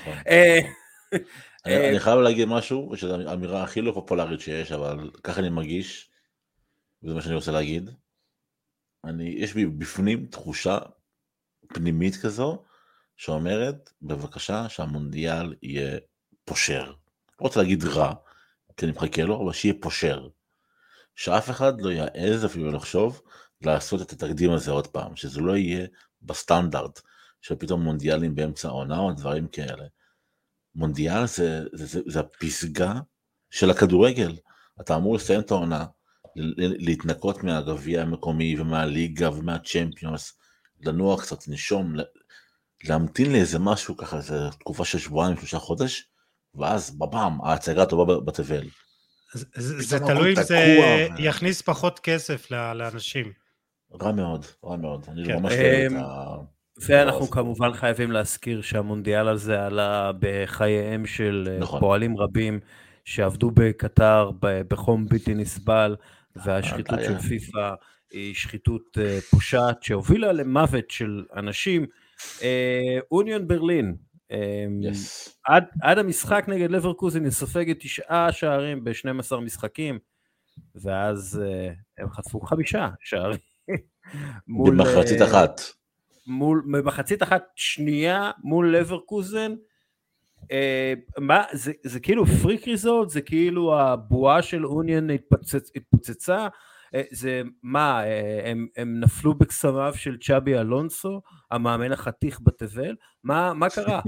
אני חייב להגיד משהו, שזו האמירה הכי לא פופולרית שיש, אבל ככה אני מרגיש, וזה מה שאני רוצה להגיד. יש בי בפנים תחושה פנימית כזו, שאומרת, בבקשה, שהמונדיאל יהיה פושר. לא רוצה להגיד רע, כי אני מחכה לו, אבל שיהיה פושר. שאף אחד לא יעז אפילו לחשוב לעשות את התקדים הזה עוד פעם, שזה לא יהיה בסטנדרט, שפתאום מונדיאלים באמצע העונה או דברים כאלה. מונדיאל זה, זה, זה, זה הפסגה של הכדורגל. אתה אמור לסיים את העונה, להתנקות מהגביע המקומי ומהליגה ומהצ'מפיונס, לנוע קצת, נשום, להמתין לאיזה משהו ככה, איזו תקופה של שבועיים, שלושה חודש, ואז בבם, ההצגה הטובה בתבל. זה תלוי אם זה יכניס פחות כסף לאנשים. רע מאוד, רע מאוד. אני ממש לא יודע את ה... ואנחנו כמובן חייבים להזכיר שהמונדיאל הזה עלה בחייהם של פועלים רבים, שעבדו בקטר בחום בלתי נסבל, והשחיתות של פיפה היא שחיתות פושעת, שהובילה למוות של אנשים. אוניון ברלין, Yes. עד, עד המשחק נגד לברקוזן היא סופגת תשעה שערים ב-שנים עשר משחקים, ואז uh, הם חטפו חמישה שערים. מול, במחצית uh, אחת. מול, במחצית אחת שנייה מול לברקוזן, uh, מה, זה, זה כאילו פריק ריזולט, זה כאילו הבועה של אוניון התפוצצ, התפוצצה, uh, זה מה, uh, הם, הם נפלו בקסמיו של צ'אבי אלונסו, המאמן החתיך בתבל, מה, מה קרה?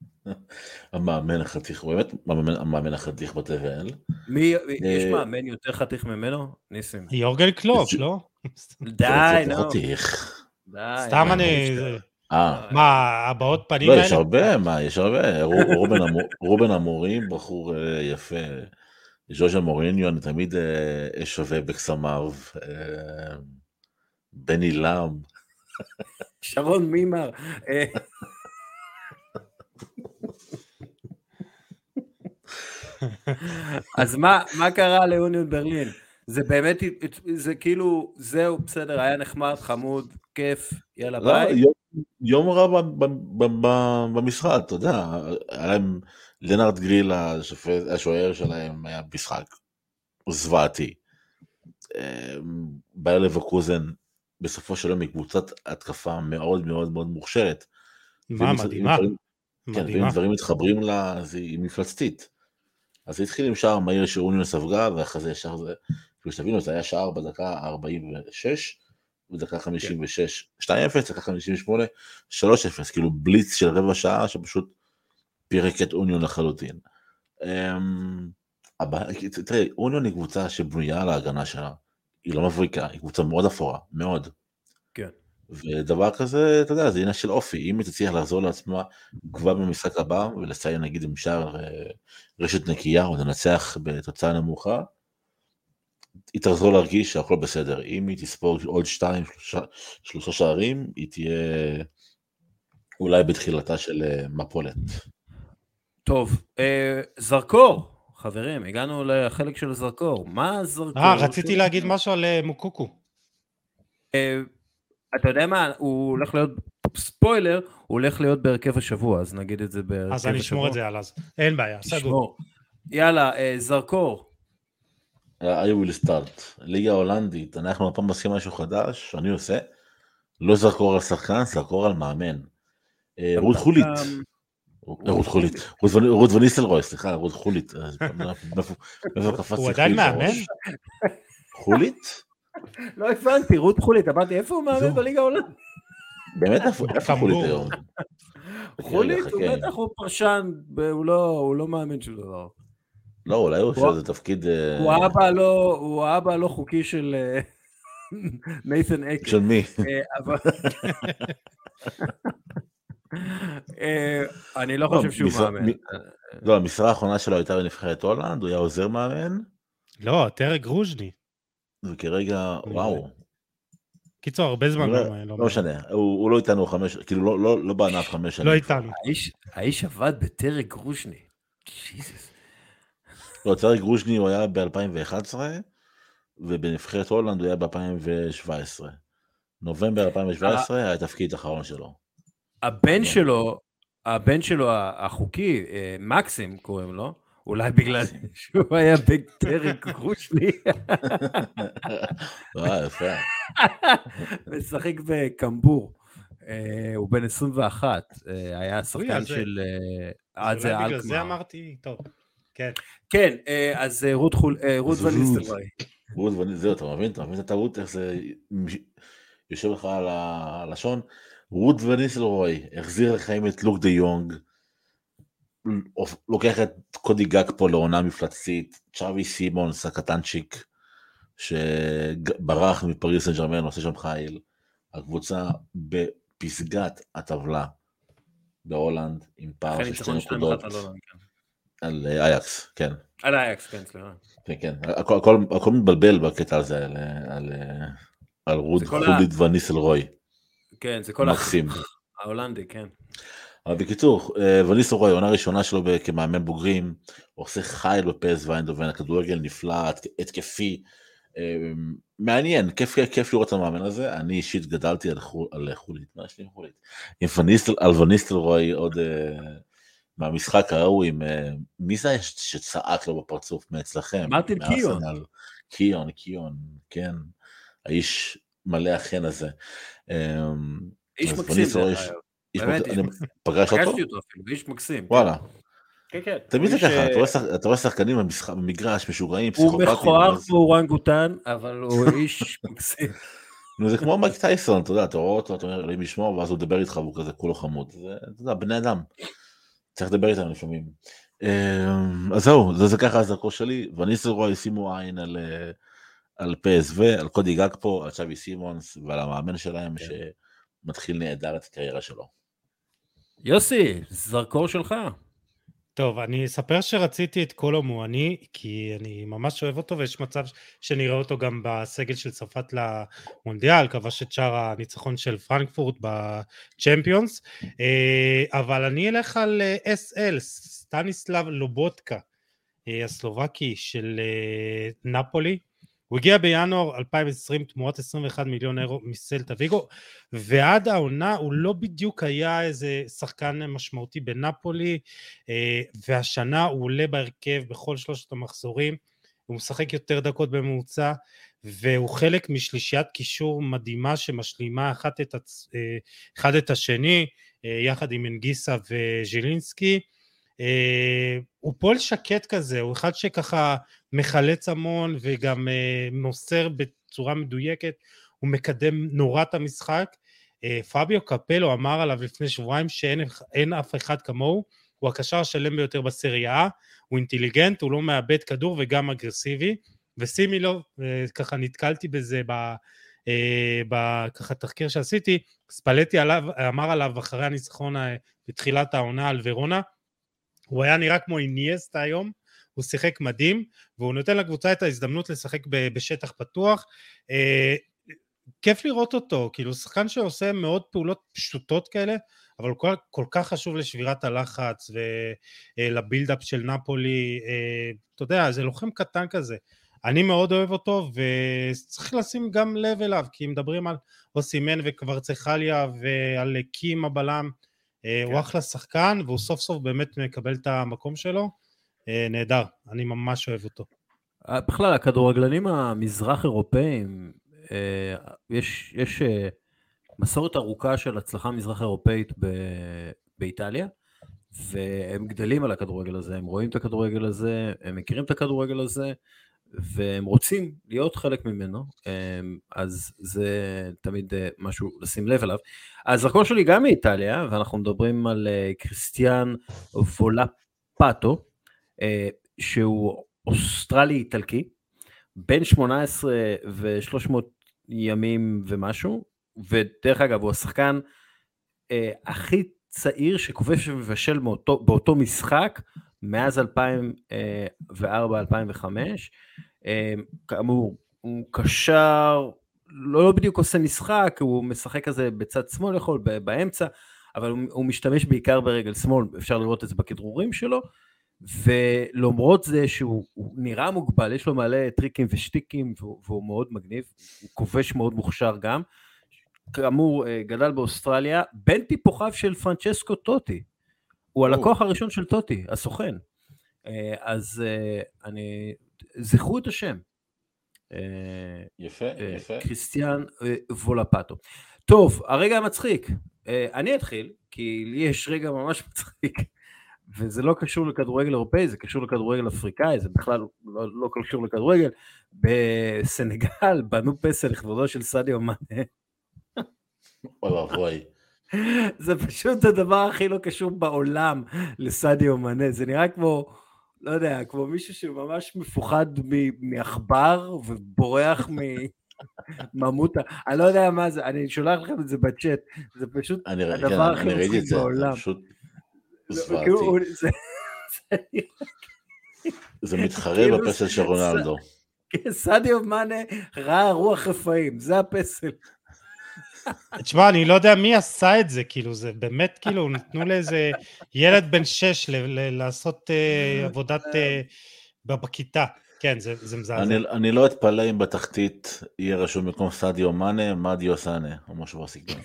המאמן החתיך, באמת המאמן החתיך בתבל. מי, יש מאמן יותר חתיך ממנו? ניסים. יורגן קלופ, לא? די, נו. סתם אני... מה, הבאות פנים האלה? לא, יש הרבה, מה, יש הרבה. רובן אמורים, בחור יפה. ז'וז'ה מוריניו, אני תמיד שווה בקסמיו. בני לם. שרון מימר. אז מה, מה קרה לאוניון ברלין? זה באמת, זה כאילו, זהו, בסדר, היה נחמד, חמוד, כיף, יאללה ביי. יום, יום רע במשחק, אתה יודע, היה להם לנארד גריל, השוער שלהם היה משחק זוועתי. בייר לברקוזן, בסופו של יום היא קבוצת התקפה מאוד מאוד מאוד מוכשרת. מה, מדהימה. כן, ואם דברים מתחברים לה, אז היא מפלצתית. אז זה התחיל עם שער מהיר שאוניון ספגה, ואחרי זה ישר זה, כשתבינו, זה היה שער בדקה ארבעים ושש, בדקה חמישים ושש, שתיים אפס, דקה חמישים ושמונה, שלוש אפס, כאילו בליץ של רבע שעה, שפשוט פירק את אוניון לחלוטין. תראה, אוניון היא קבוצה שבנויה על ההגנה שלה, היא לא מבריקה, היא קבוצה מאוד אפורה, מאוד. כן. ודבר כזה, אתה יודע, זה עניין של אופי, אם היא תצליח לחזור לעצמה כבר במשחק הבא, ולסיים נגיד עם שער רשת נקייה, או לנצח בתוצאה נמוכה, היא תחזור להרגיש שהכל בסדר. אם היא תספור עוד שתיים, שלושה, שלושה שערים, היא תהיה אולי בתחילתה של מפולת. טוב, זרקור, חברים, הגענו לחלק של זרקור. מה הזרקור? אה, רציתי להגיד משהו על מוקוקו. אתה יודע מה, הוא הולך להיות, ספוילר, הוא הולך להיות בהרכב השבוע, אז נגיד את זה בהרכב השבוע. אז אני אשמור את זה על אז, אין בעיה, סגור. יאללה, זרקור. I will start. ליגה הולנדית, אנחנו הפעם מסכים משהו חדש, אני עושה, לא זרקור על שחקן, זרקור על מאמן. רות חולית. רות חולית. רות וניסלרוי, סליחה, רות חולית. הוא עדיין מאמן? חולית? לא הבנתי, רות חולית, אמרתי, איפה הוא מאמן בליגה ההולנדית? באמת, איפה חולית היום? חולית, הוא בטח הוא פרשן, הוא לא מאמן של דבר. לא, אולי הוא עושה איזה תפקיד... הוא האבא הלא חוקי של נייתן אקר. של מי? אני לא חושב שהוא מאמן. לא, המשרה האחרונה שלו הייתה בנבחרת הולנד, הוא היה עוזר מאמן. לא, טרק גרוז'ני. וכרגע, וואו. קיצור, הרבה זמן. לא משנה, הוא לא איתנו חמש, כאילו לא בענף חמש שנים. לא איתנו. האיש עבד בטרק גרוז'ני. ג'יזוס. לא, טריק גרוז'ני הוא היה ב-אלפיים ואחת עשרה, ובנבחרת הולנד הוא היה ב-אלפיים שבע עשרה. נובמבר אלפיים שבע עשרה היה התפקיד האחרון שלו. הבן שלו, הבן שלו החוקי, מקסים קוראים לו, אולי בגלל שהוא היה בטריק גרוז'ני. אה, יפה. משחק בקמבור. הוא בן עשרים ואחת, היה שחקן של... אז אולי בגלל זה אמרתי, טוב. כן. כן, אז רות וניסטלרוי. רות וניסטלרוי, זהו, אתה מבין? אתה מבין את הרות, איך זה יושב לך על הלשון? רות וניסטלרוי החזיר לחיים את לוק דה יונג, לוקח את קודי גאק פה לעונה מפלצתית, צ'אבי סימונס הקטנצ'יק, שברח מפריס סן ז'רמן, עושה שם חיל, הקבוצה בפסגת הטבלה בהולנד, עם פער של שתי נקודות. על אייקס, כן. על אייקס, כן, סליחה. כן, כן, הכל מתבלבל בקטע הזה, על רות וניסטלרוי. כן, זה כל ההולנדי, כן. אבל בקיצור, וניסטלרוי, העונה הראשונה שלו כמאמן בוגרים, עושה חיל בפ אס וי אינדהובן, הכדורגל נפלא, התקפי, מעניין, כיף לראות את המאמן הזה. אני אישית גדלתי על חולית, מה יש לי עם חולית? על וניסטלרוי עוד... מהמשחק ההוא עם, מי זה שצעק לו בפרצוף מאצלכם? מרטין קיון. קיון, קיון, כן. האיש מלא החן הזה. איש מקסים זה היה. באמת איש מקסים. פגשתי אותו? פגשתי אותו אפילו, איש מקסים. וואלה. כן, כן. תמיד זה ככה, אתה רואה שחקנים במגרש, משוגעים, פסיכופטים. הוא מכוער כמו אורנגוטן, אבל הוא איש מקסים. זה כמו מייק טייסון, אתה יודע, אתה רואה אותו, אתה אומר, אלוהים ישמור, ואז הוא מדבר איתך, והוא כזה כולו חמוד. זה, אתה יודע, בני אדם. צריך לדבר איתם לפעמים. אז זהו, זה ככה הזרקור שלי, וניסטלרוי שימו עין על פ אס וי, על קודי גאק פה, על צ'אבי סימונס, ועל המאמן שלהם, שמתחיל נהדר את הקריירה שלו. יוסי, זרקור שלך. טוב, אני אספר שרציתי את קולו מואני, כי אני ממש אוהב אותו, ויש מצב שנראה אותו גם בסגל של צרפת למונדיאל, כבש את שער הניצחון של פרנקפורט בצ'מפיונס, אבל אני אלך על אס אל, סטניסלב לובוטקה, הסלובקי של נפולי. הוא הגיע בינואר אלפיים ועשרים תמורת עשרים ואחד מיליון אירו מסלטה ויגו, ועד העונה הוא לא בדיוק היה איזה שחקן משמעותי בנפולי, והשנה הוא עולה בהרכב בכל שלושת המחזורים, הוא משחק יותר דקות בממוצע, והוא חלק משלישיית קישור מדהימה שמשלימה אחת את, אחד את השני, יחד עם אנגיסה וז'ילינסקי. Uh, הוא פועל שקט כזה, הוא אחד שככה מחלץ המון וגם uh, מוסר בצורה מדויקת, הוא מקדם נורא את המשחק. uh, פאביו קפלו אמר עליו לפני שבועיים שאין אין אף אחד כמוהו, הוא הקשר השלם ביותר בסריה, הוא אינטליגנט, הוא לא מאבד כדור וגם אגרסיבי, ושימי לו, uh, ככה נתקלתי בזה ב, uh, בככה תחקיר שעשיתי, ספלטי עליו, אמר עליו אחרי הניצחון uh, בתחילת העונה על ורונה, הוא היה נראה כמו אינייסטה היום, הוא שיחק מדהים, והוא נותן לקבוצה את ההזדמנות לשחק בשטח פתוח, אה, כיף לראות אותו, כאילו שחקן שעושה מאוד פעולות פשוטות כאלה, אבל הוא כל, כל כך חשוב לשבירת הלחץ, ולבילדאפ של נפולי, אה, אתה יודע, זה לוחם קטן כזה, אני מאוד אוהב אותו, וצריך לשים גם לב אליו, כי מדברים על אוסימן וקוורצחליה, ועל קים הבלם, הוא אחלה שחקן, והוא סוף סוף באמת מקבל את המקום שלו, נהדר, אני ממש אוהב אותו. בכלל, הכדורגלנים המזרח אירופאים, יש, יש מסורת ארוכה של הצלחה מזרח אירופאית באיטליה, והם גדלים על הכדורגל הזה, הם רואים את הכדורגל הזה, הם מכירים את הכדורגל הזה, והם רוצים להיות חלק ממנו, אז זה תמיד משהו לשים לב אליו. הזרקור שלי גם מאיטליה, ואנחנו מדברים על קריסטיאן וולאפטו, שהוא אוסטרלי-איטלקי, בן שמונה עשרה ו-שלוש מאות ימים ומשהו, ודרך אגב הוא השחקן הכי צעיר שכובש ומבשל באותו, באותו משחק, מאז אלפיים וארבע אלפיים וחמש, כאמור, הוא קשר, לא, לא בדיוק עושה משחק, הוא משחק כזה בצד שמאל יכול, באמצע, אבל הוא, הוא משתמש בעיקר ברגל שמאל, אפשר לראות את זה בכדרורים שלו, ולמרות זה שהוא נראה מוגבל, יש לו מלא טריקים ושטיקים, והוא, והוא מאוד מגניב, הוא כובש מאוד מוכשר גם, כאמור גדל באוסטרליה, בן טיפוחיו של פרנצ'סקו טוטי, הוא הלקוח הראשון של טוטי, הסוכן, אז אני, זכרו את השם, יפה, יפה. קריסטיאן וולפטו. טוב, הרגע המצחיק, אני אתחיל, כי לי יש רגע ממש מצחיק, וזה לא קשור לכדורגל אירופאי, זה קשור לכדורגל אפריקאי, זה בכלל לא, לא קשור לכדורגל. בסנגל בנו פסל לכבודו של סדיו מאנה. אוי ואבוי. זה פשוט הדבר הכי לא קשור בעולם לסדיו מאנה, זה נראה כמו, לא יודע, כמו מישהו שממש מפוחד מעכבר ובורח מממותה, אני לא יודע מה זה, אני שולח לכם את זה בצ'אט, זה פשוט הדבר הכי מצחיק בעולם. זוועתי. זה מתחרה בפסל של רונלדו. סדיו מאנה ראה רוח רפאים, זה הפסל. תשמע, אני לא יודע מי עשה את זה, כאילו, זה באמת, כאילו, נתנו לאיזה ילד בן שש לעשות עבודת בכיתה. כן, זה מזעזע. אני לא אתפלא אם בתחתית יהיה רשום במקום סדיו מאנה, מדיו סאנה, או משהו בסגנון.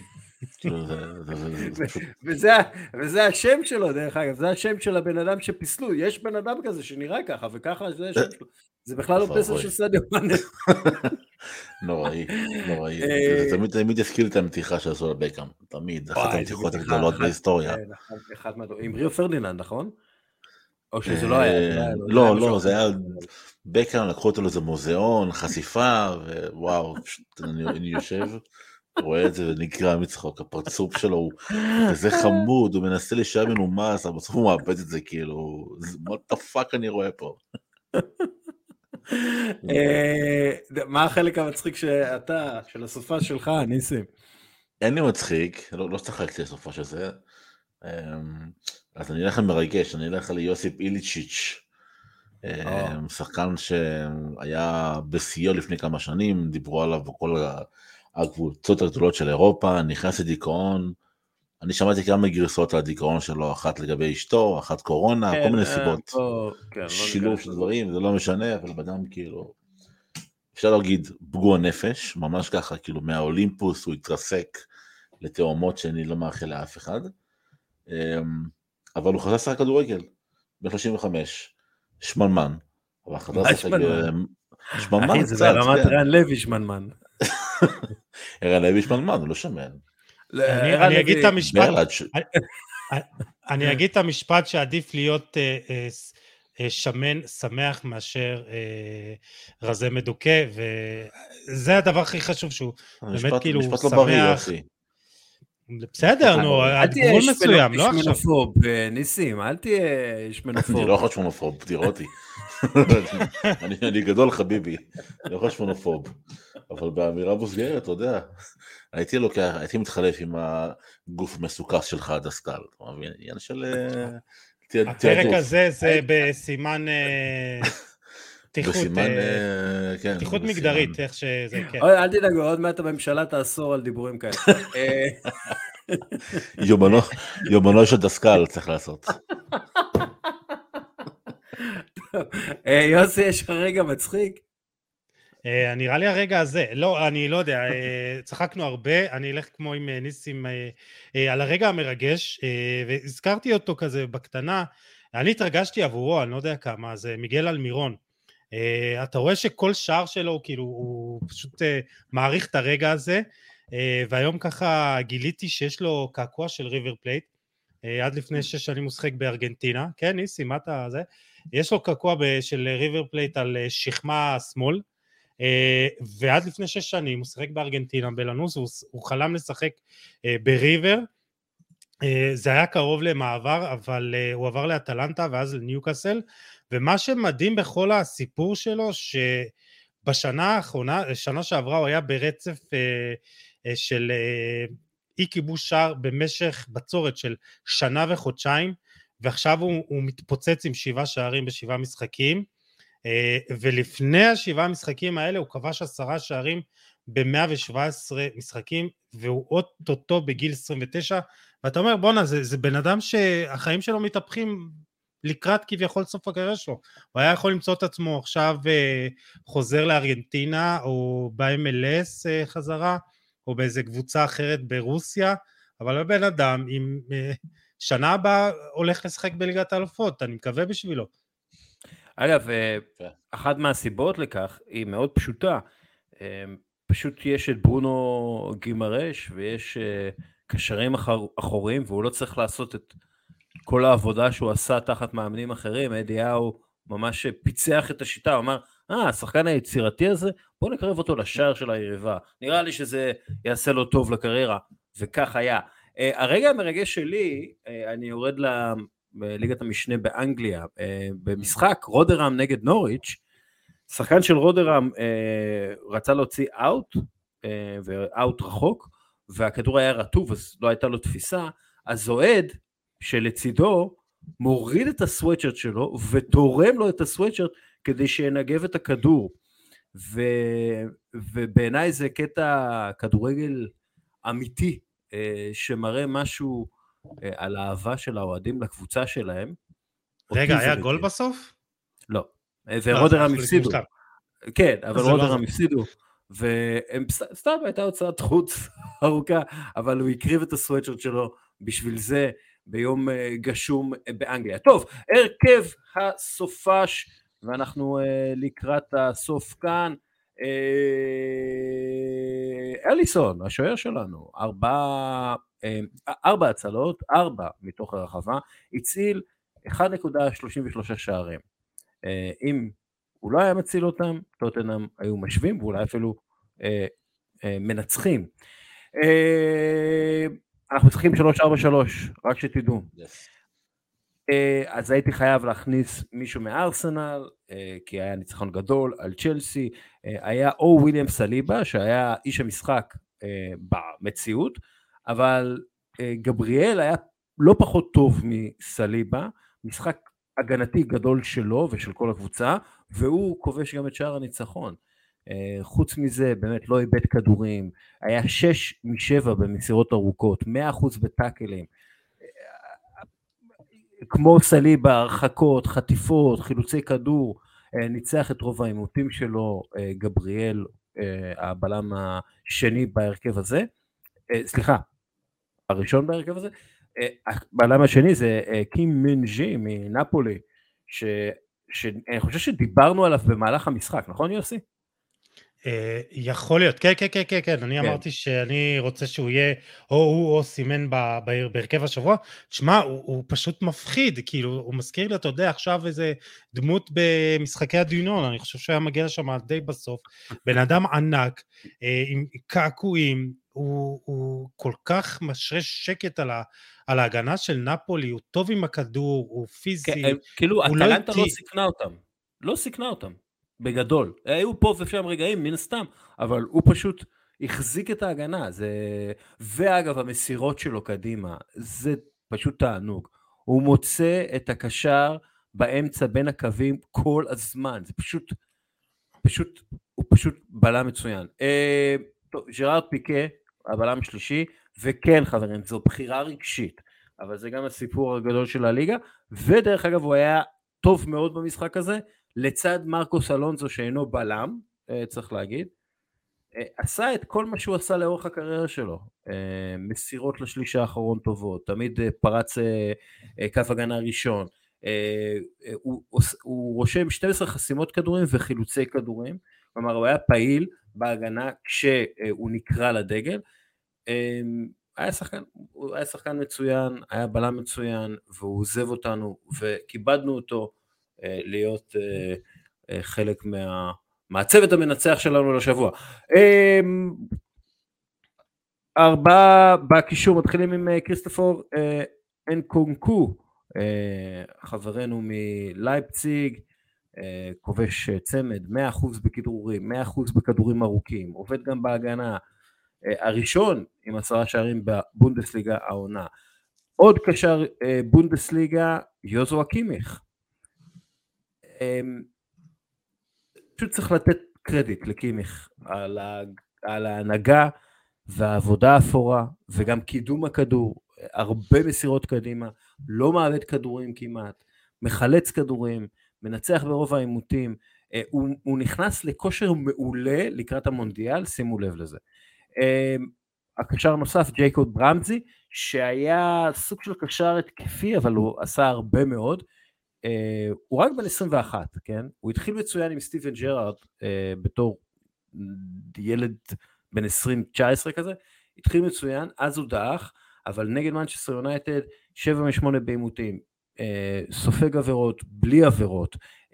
וזה השם שלו, דרך אגב, זה השם של הבן אדם שפיסלו, יש בן אדם כזה שנראה ככה, וככה זה השם שלו, זה בכלל לא פסל של סדיו מאנה. נוראי, נוראי, זה תמיד יזכיר את המתיחה שעשו לבקאם, תמיד, אחת המתיחות הגדולות בהיסטוריה. עם ריו פרדיננד, נכון? או שזה לא היה? לא, לא, זה היה, בקאם לקחו אותו לאיזה מוזיאון, חשיפה, ווואו, אני יושב, רואה את זה ונקרא מצחוק, הפרצוף שלו הוא כזה חמוד, הוא מנסה להישאר מנומס, אבל בסוף הוא מאבד את זה, כאילו, what the fuck אני רואה פה. מה החלק המצחיק שאתה, של הסופה שלך, ניסים? אין לי מצחיק, לא צחקתי הסופה של זה, אז אני אלך למרגש, אני אלך ליוסיפ איליצ'יץ', שחקן שהיה בסיוע לפני כמה שנים, דיברו עליו בכל הקבוצות הגדולות של אירופה, נכנס לדיכאון, אני שמעתי כמה גרסות על הדיכאון שלו, אחת לגבי אשתו, אחת קורונה, כל מיני סיבות, שילוב של דברים, זה לא משנה, אבל בדם כאילו, אפשר להגיד פגוע נפש, ממש ככה, כאילו מהאולימפוס הוא התרסק לתאומות שאני לא מאחל לאף אחד, אבל הוא חזר לשחק כדורגל, ב-שלושים וחמש, שמנמן, אבל חזר לשחק, שמנמן, אחי, זה ברמת רן לוי שמנמן. רן לוי שמנמן, הוא לא שמן. אני אגיד את המשפט, אני אגיד את המשפט שעדיף להיות שמן שמח מאשר רזה מדוכא, וזה הדבר הכי חשוב שהוא באמת כאילו שמח. בסדר, נו, עד גבול מסוים, לא עכשיו. שמנופוב, ניסים, אל תהיה שמנופוב. אני לא יכול שמנופוב, תראה אותי. אני גדול חביבי, אני לא יכול שמנופוב. אבל באמירה מוסגרת, אתה יודע, הייתי לוקח, הייתי מתחלף עם הגוף מסוכס שלך עד הסקל. עניין של תיעדוף. הפרק הזה זה בסימן תיחות מגדרית, איך שזה, כן. אל תדאגו, עוד מעט הממשלה תאסור על דיבורים כאלה. יומנו של דסקל צריך לעשות. יוסי, יש לך רגע מצחיק? נראה לי הרגע הזה, לא, אני לא יודע, צחקנו הרבה, אני אלך כמו עם ניסים על הרגע המרגש, והזכרתי אותו כזה בקטנה, אני התרגשתי עבורו, אני לא יודע כמה, זה מיגל אלמירון, אתה רואה שכל שער שלו, כאילו, הוא פשוט מעריך את הרגע הזה, והיום ככה גיליתי שיש לו קעקוע של ריבר פלייט, עד לפני שש שנים הוא שחק בארגנטינה, כן ניסים, מה אתה זה? יש לו קעקוע של ריבר פלייט על שכמה שמאל, ועד לפני שש שנים הוא שחק בארגנטינה, בלנוס, הוא חלם לשחק בריבר, זה היה קרוב למעבר, אבל הוא עבר לאטלנטה ואז לניוקאסל, ומה שמדהים בכל הסיפור שלו, שבשנה האחרונה, שנה שעברה הוא היה ברצף של אי כיבוש שער במשך בצורת של שנה וחודשיים, ועכשיו הוא, הוא מתפוצץ עם שבעה שערים בשבעה משחקים, ולפני השבעה המשחקים האלה הוא כבש עשרה שערים ב-מאה שבע עשרה משחקים, והוא אוטוטו בגיל עשרים ותשע, ואתה אומר בונה, זה, זה בן אדם שהחיים שלו מתהפכים לקראת כביכול סוף הקריירה שלו, הוא היה יכול למצוא את עצמו עכשיו חוזר לארגנטינה, או ב-אם אל אס חזרה, או באיזה קבוצה אחרת ברוסיה, אבל הבן אדם עם שנה הבאה הולך לשחק בליגת האלופות, אני מקווה בשבילו. אגב, אחת מהסיבות לכך היא מאוד פשוטה, פשוט יש את ברונו גימרש, ויש קשרים אחוריים, והוא לא צריך לעשות את כל העבודה שהוא עשה תחת מאמנים אחרים. אדיהו ממש פיצח את השיטה, הוא אמר, אה, השחקן היצירתי הזה, בוא נקרב אותו לשער של היריבה, נראה לי שזה יעשה לו טוב לקריירה, וכך היה. הרגע המרגש שלי, אני יורד לליגת המשנה באנגליה, במשחק רודרהאם נגד נוריץ', שחקן של רודרהאם רצה להוציא אאוט, ואאוט רחוק, והכדור היה רטוב, אז לא הייתה לו תפיסה, אז זועד שלצידו מוריד את הסוואצ'רט שלו, ותורם לו את הסוואצ'רט, כדי שינגב את הכדור, ו... ובעיניי זה קטע כדורגל אמיתי, שמראה משהו על האהבה של האוהדים לקבוצה שלהם. רגע, היה גול בסוף? לא, ורודרהאם הפסידו. כן, אבל רודרהאם הפסידו, והם סתם הייתה הוצאת חוץ ארוכה, אבל הוא הקריב את הסוואצ'רט שלו בשביל זה ביום גשום באנגליה. טוב, הרכב הסופש, ואנחנו לקראת הסוף כאן, אליסון, השוער שלנו, ארבע, ארבע הצלות, ארבע מתוך הרחבה, הציל אחת נקודה שלושים ושלוש שערים. אם הוא לא היה מציל אותם, טוטנהאם היו משווים, ואולי אפילו אה, אה, מנצחים. אה, אנחנו צריכים שלוש ארבע שלוש, רק שתדעו. Yes. אה, אז הייתי חייב להכניס מישהו מארסנל, אה, כי היה ניצחון גדול על צ'לסי, אה, היה או וויליאם סליבה, שהיה איש המשחק אה, במציאות, אבל אה, גבריאל היה לא פחות טוב מסליבה, משחק הגנתי גדול שלו ושל כל הקבוצה, והוא כובש גם את שער הניצחון. חוץ מזה, באמת לא איבד כדורים, היה שש משבע במסירות ארוכות, מאה אחוז בטאקלים, כמו סליבה, הרחקות, חטיפות, חילוצי כדור, ניצח את רוב העימותים שלו, גבריאל, הבלם השני בהרכב הזה, סליחה, הראשון בהרכב הזה, הבלם השני זה קים מינג'י מנפולי, ש... שאני חושב שדיברנו עליו במהלך המשחק, נכון יוסי? יכול להיות, כן, כן, כן, כן, כן, אני אמרתי שאני רוצה שהוא יהיה או הוא או סימן בהרכב השבוע, תשמע, הוא פשוט מפחיד, כאילו, הוא מזכיר לי, אתה יודע, עכשיו איזה דמות במשחקי הדיונון, אני חושב שהוא היה מגיע לשם די בסוף, בן אדם ענק, עם קעקועים, הוא כל כך משרש שקט על ה... על ההגנה של נפולי, הוא טוב עם הכדור, הוא פיזי, כן, כאילו, הטלנטה לא סיכנה אותם, לא סיכנה אותם, בגדול, היו פה ושם רגעים, מן הסתם, אבל הוא פשוט החזיק את ההגנה, זה... ואגב, המסירות שלו קדימה, זה פשוט תענוג, הוא מוצא את הקשר באמצע בין הקווים כל הזמן, זה פשוט, פשוט, הוא פשוט בלם מצוין. אה, טוב, ג'רארד פיקה, הבלם שלישי, וכן חברים, זו בחירה רגשית, אבל זה גם הסיפור הגדול של הליגה, ודרך אגב הוא היה טוב מאוד במשחק הזה, לצד מרקוס אלונזו שאינו בלם, צריך להגיד, עשה את כל מה שהוא עשה לאורך הקריירה שלו, מסירות לשליש האחרון טובות, תמיד פרץ קו הגנה ראשון, הוא, הוא רושם שתים עשרה חסימות כדורים וחילוצי כדורים, כלומר הוא היה פעיל בהגנה כשהוא נקרא לדגל, היה שחקן, הוא היה שחקן מצוין, היה בלם מצוין, והוא עוזב אותנו, וכיבדנו אותו להיות חלק מה, מהצוות המנצח שלנו לשבוע. ארבעה בקישור, מתחילים עם כריסטופור אנקונקו, חברנו מלייפציג, כובש צמד, מאה אחוז בכדרורים, מאה אחוז בכדורים ארוכים, עובד גם בהגנה, הראשון עם עשרה שערים בבונדסליגה העונה. עוד קשר בונדסליגה, יוזואה קימיך. פשוט צריך לתת קרדיט לקימיך על, על ההנהגה והעבודה האפורה, וגם קידום הכדור, הרבה מסירות קדימה, לא מאבד כדורים כמעט, מחלץ כדורים, מנצח ברוב האימותים, הוא, הוא נכנס לכושר מעולה לקראת המונדיאל, שימו לב לזה. הקשר נוסף, ג'ייקוב ברמזי, שהיה סוג של קשר התקפי, אבל הוא עשה הרבה מאוד, הוא רק בן עשרים ואחת, כן? הוא התחיל מצוין עם סטיבן ג'רארד, בתור ילד בן עשרים תשע עשרה כזה, התחיל מצוין, אז הוא דאח, אבל נגד מנצ'סטר יונייטד, שבע משמונה באימותים, סופג עבירות, בלי עבירות,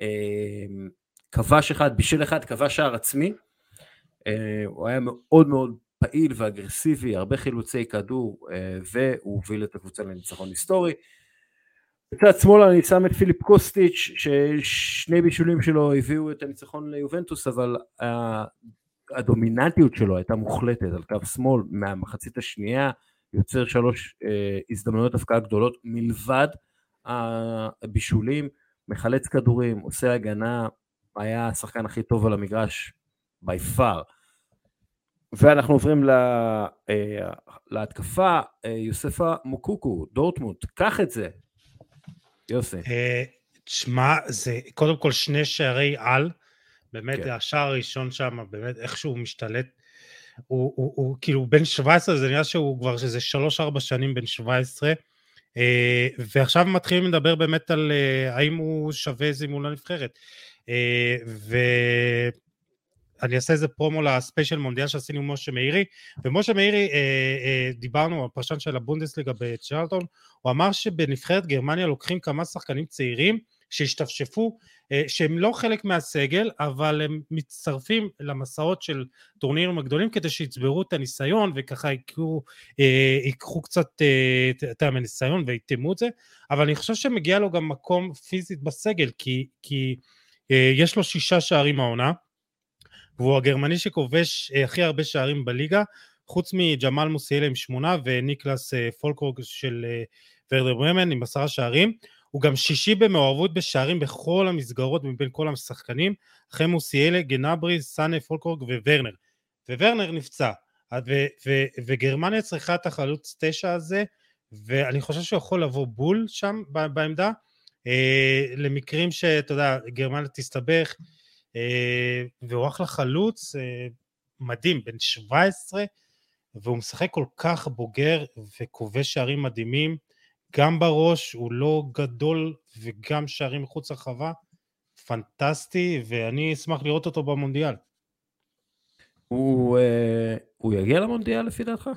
כבש אחד, בישל אחד, כבש שער עצמי, הוא היה מאוד מאוד פעיל ואגרסיבי, הרבה חילוצי כדור, והוא הוביל את הקבוצה לניצחון היסטורי. בצד שמאל אני שם את פיליפ קוסטיץ', ששני בישולים שלו הביאו את הניצחון ליובנטוס, אבל הדומיננטיות שלו הייתה מוחלטת על קו שמאל, מהמחצית השנייה, יוצר שלוש הזדמנויות הפקעה גדולות, מלבד הבישולים, מחלץ כדורים, עושה הגנה, היה השחקן הכי טוב על המגרש, by far. ואנחנו עוברים לה, להתקפה, יוספה מוקוקו, דורטמונד, קח את זה, יוסי. תשמע, זה קודם כל שני שערי על, באמת השער הראשון שם, באמת איכשהו הוא משתלט, הוא, הוא, הוא כאילו בן שבע עשרה, זה נראה שהוא כבר שזה שלוש ארבע שנים בן שבע עשרה, ועכשיו מתחילים לדבר באמת על האם הוא שווה זימון לנבחרת, ואני אעשה איזה פרומו לספיישל מונדיאל שעשינו עם משה מאירי, ומשה מאירי דיברנו, הפרשן של הבונדסליגה בצ'רלטון, הוא אמר שבנבחרת גרמניה לוקחים כמה שחקנים צעירים שהשתפשפו, שהם לא חלק מהסגל, אבל הם מצטרפים למסעות של טורנירים הגדולים, כדי שיצברו את הניסיון, וככה יקחו, יקחו קצת את הניסיון ויתמו את זה, אבל אני חושב שמגיע לו גם מקום פיזית בסגל, כי, כי יש לו שישה שערים העונה, והוא הגרמני שכובש הכי הרבה שערים בליגה, חוץ מג'מאל מוסיאלה עם שמונה, וניקלס פולקרוג של ורדר ברמן עם עשרה שערים, הוא גם שישי במעורבות בשערים בכל המסגרות מבין כל המשחקנים, אחרי מוסיאלה, גנברי, סאנה, פולקרוג וורנר. וורנר נפצע, ו- ו- וגרמניה צריכה את החלוץ תשע הזה, ואני חושב שהוא יכול לבוא בול שם בעמדה, אה, למקרים שאתה יודע, גרמניה תסתבך, אה, והוא אחלה חלוץ, אה, מדהים, בן שבע עשרה, והוא משחק כל כך בוגר, וכובש שערים מדהימים, גם בראש, הוא לא גדול, וגם שערים מחוץ לרחבה, פנטסטי, ואני אשמח לראות אותו במונדיאל. הוא, הוא יגיע למונדיאל לפי דעתך?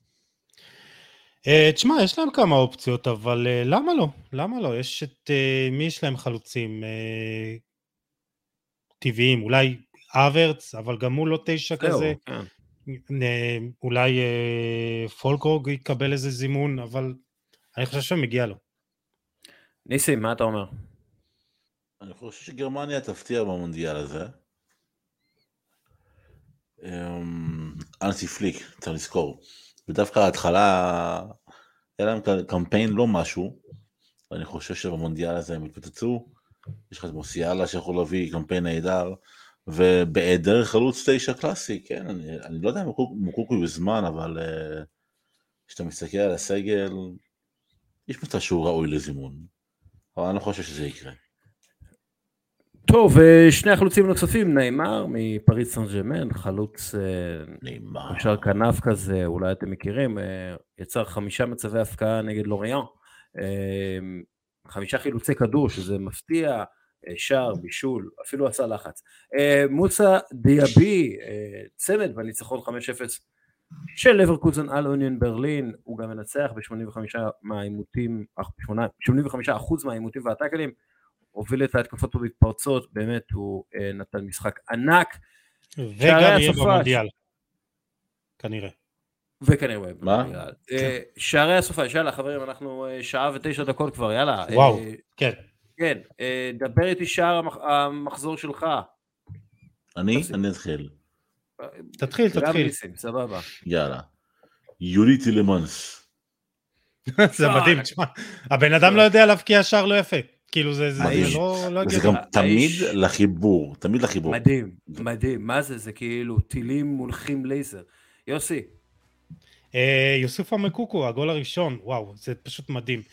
תשמע, יש להם כמה אופציות, אבל למה לא? למה לא? יש את, מי יש להם חלוצים טבעיים? אולי אברץ, אבל גם הוא לא תשע כזה. אולי פולקרוג יקבל איזה זימון, אבל אני חושב שמגיע לו. ניסים, מה אתה אומר? אני חושב שגרמניה תפתיע במונדיאל הזה. אנסי פליק, צריך לזכור. ודווקא ההתחלה, היה להם קמפיין לא משהו, ואני חושב שבמונדיאל הזה הם התפוצצו. יש לך את מוסיאלה שיכול להביא קמפיין נהדר, ובהיעדר חלוץ תשע קלאסי, כן, אני, אני לא יודע אם מוקוקו בזמן, אבל כשאתה מסתכל על הסגל, יש מצב שהוא ראוי לזימון, אבל אני לא חושב שזה יקרה. טוב, שני החלוצים נוספים, ניימר מפריז סן ז'רמן, חלוץ ניימר, אפשר כנף כזה, אולי אתם מכירים, יצר חמישה מצבי הפקעה נגד לוריאן, חמישה חילוצי כדור, שזה מפתיע, שער, בישול, אפילו עשה לחץ. מוסא דיאבי, צמד בניצחון חמש אפס של לברקוזן על אוניון ברלין, הוא גם מנצח ב-שמונים וחמישה מהאימותים, שמונים וחמישה אחוז מהאימותים והטאקלים, הוביל את ההתקפות ובהתפרצות, באמת הוא נתן משחק ענק. וגם יהיה במונדיאל, כנראה. וכנראה. מה? שערי הסופה, שאלה חברים, אנחנו שעה ותשע דקות כבר, יאללה. וואו, כן. כן, דבר איתי שער המחזור שלך. אני? אני אתחיל. תתחיל, תתחיל. גם ניסים, סבבה. יאללה. יולי טילמנס. זה מדהים, תשמע. הבן אדם לא יודע להבקיע שער לא יפה. כאילו זה לא... זה גם תמיד לחיבור, תמיד לחיבור. מדהים, מדהים. מה זה? זה כאילו טילים מולכים לייזר. יוסי. יוסופה מקוקו, הגול הראשון, וואו, זה פשוט מדהים.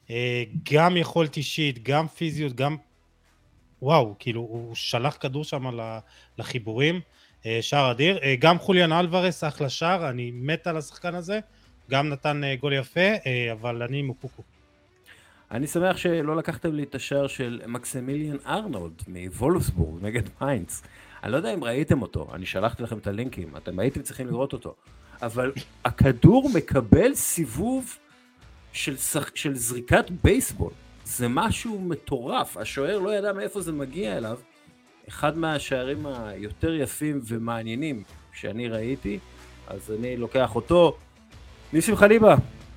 גם יכולת אישית, גם פיזיות, גם... וואו, כאילו, הוא שלח כדור שם לחיבורים, שער אדיר. גם חוליאן אלוורס, אחלה שער, אני מת על השחקן הזה, גם נתן גול יפה, אבל אני מוקוקו. אני שמח שלא לקחתם לי את השער של מקסימיליאן ארנולד מוולפסבורג נגד מיינץ. אני לא יודע אם ראיתם אותו, אני שלחתי לכם את הלינקים, אתם הייתם צריכים לראות אותו. אבל הכדור מקבל סיבוב של, שח... של זריקת בייסבול. זה משהו מטורף, השוער לא ידע מאיפה זה מגיע אליו. אחד מהשערים היותר יפים ומעניינים שאני ראיתי, אז אני לוקח אותו. ניסים חליבה.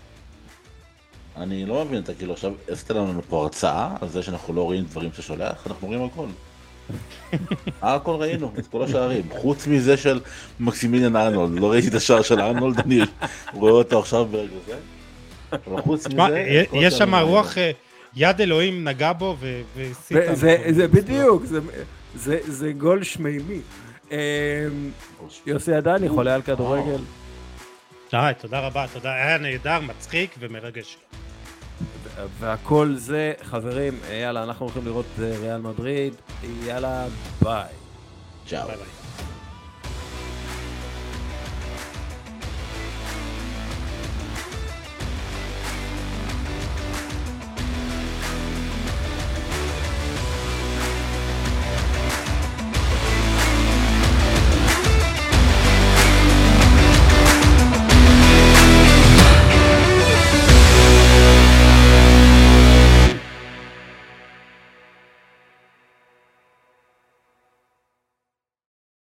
אני לא מבין, אתה כאילו עכשיו עשית לנו פה הרצאה על זה שאנחנו לא רואים דברים ששולח, אנחנו רואים הכל. הכל ראינו, את כל השערים, חוץ מזה של מקסימיליאן ארנולד, לא ראיתי את השער של ארנולד, אני רואה אותו עכשיו ברגע זה. אבל חוץ מזה... יש שם רוח, יד אלוהים נגע בו וסיטה. זה בדיוק, זה גול שמימי. יוסי עדני, חולה על כדורגל. תודה רבה, תודה, היה נהדר, מצחיק ומרגש. והכל זה, חברים, יאללה, אנחנו הולכים לראות ריאל מדריד, יאללה, ביי. צ'או. ביי ביי.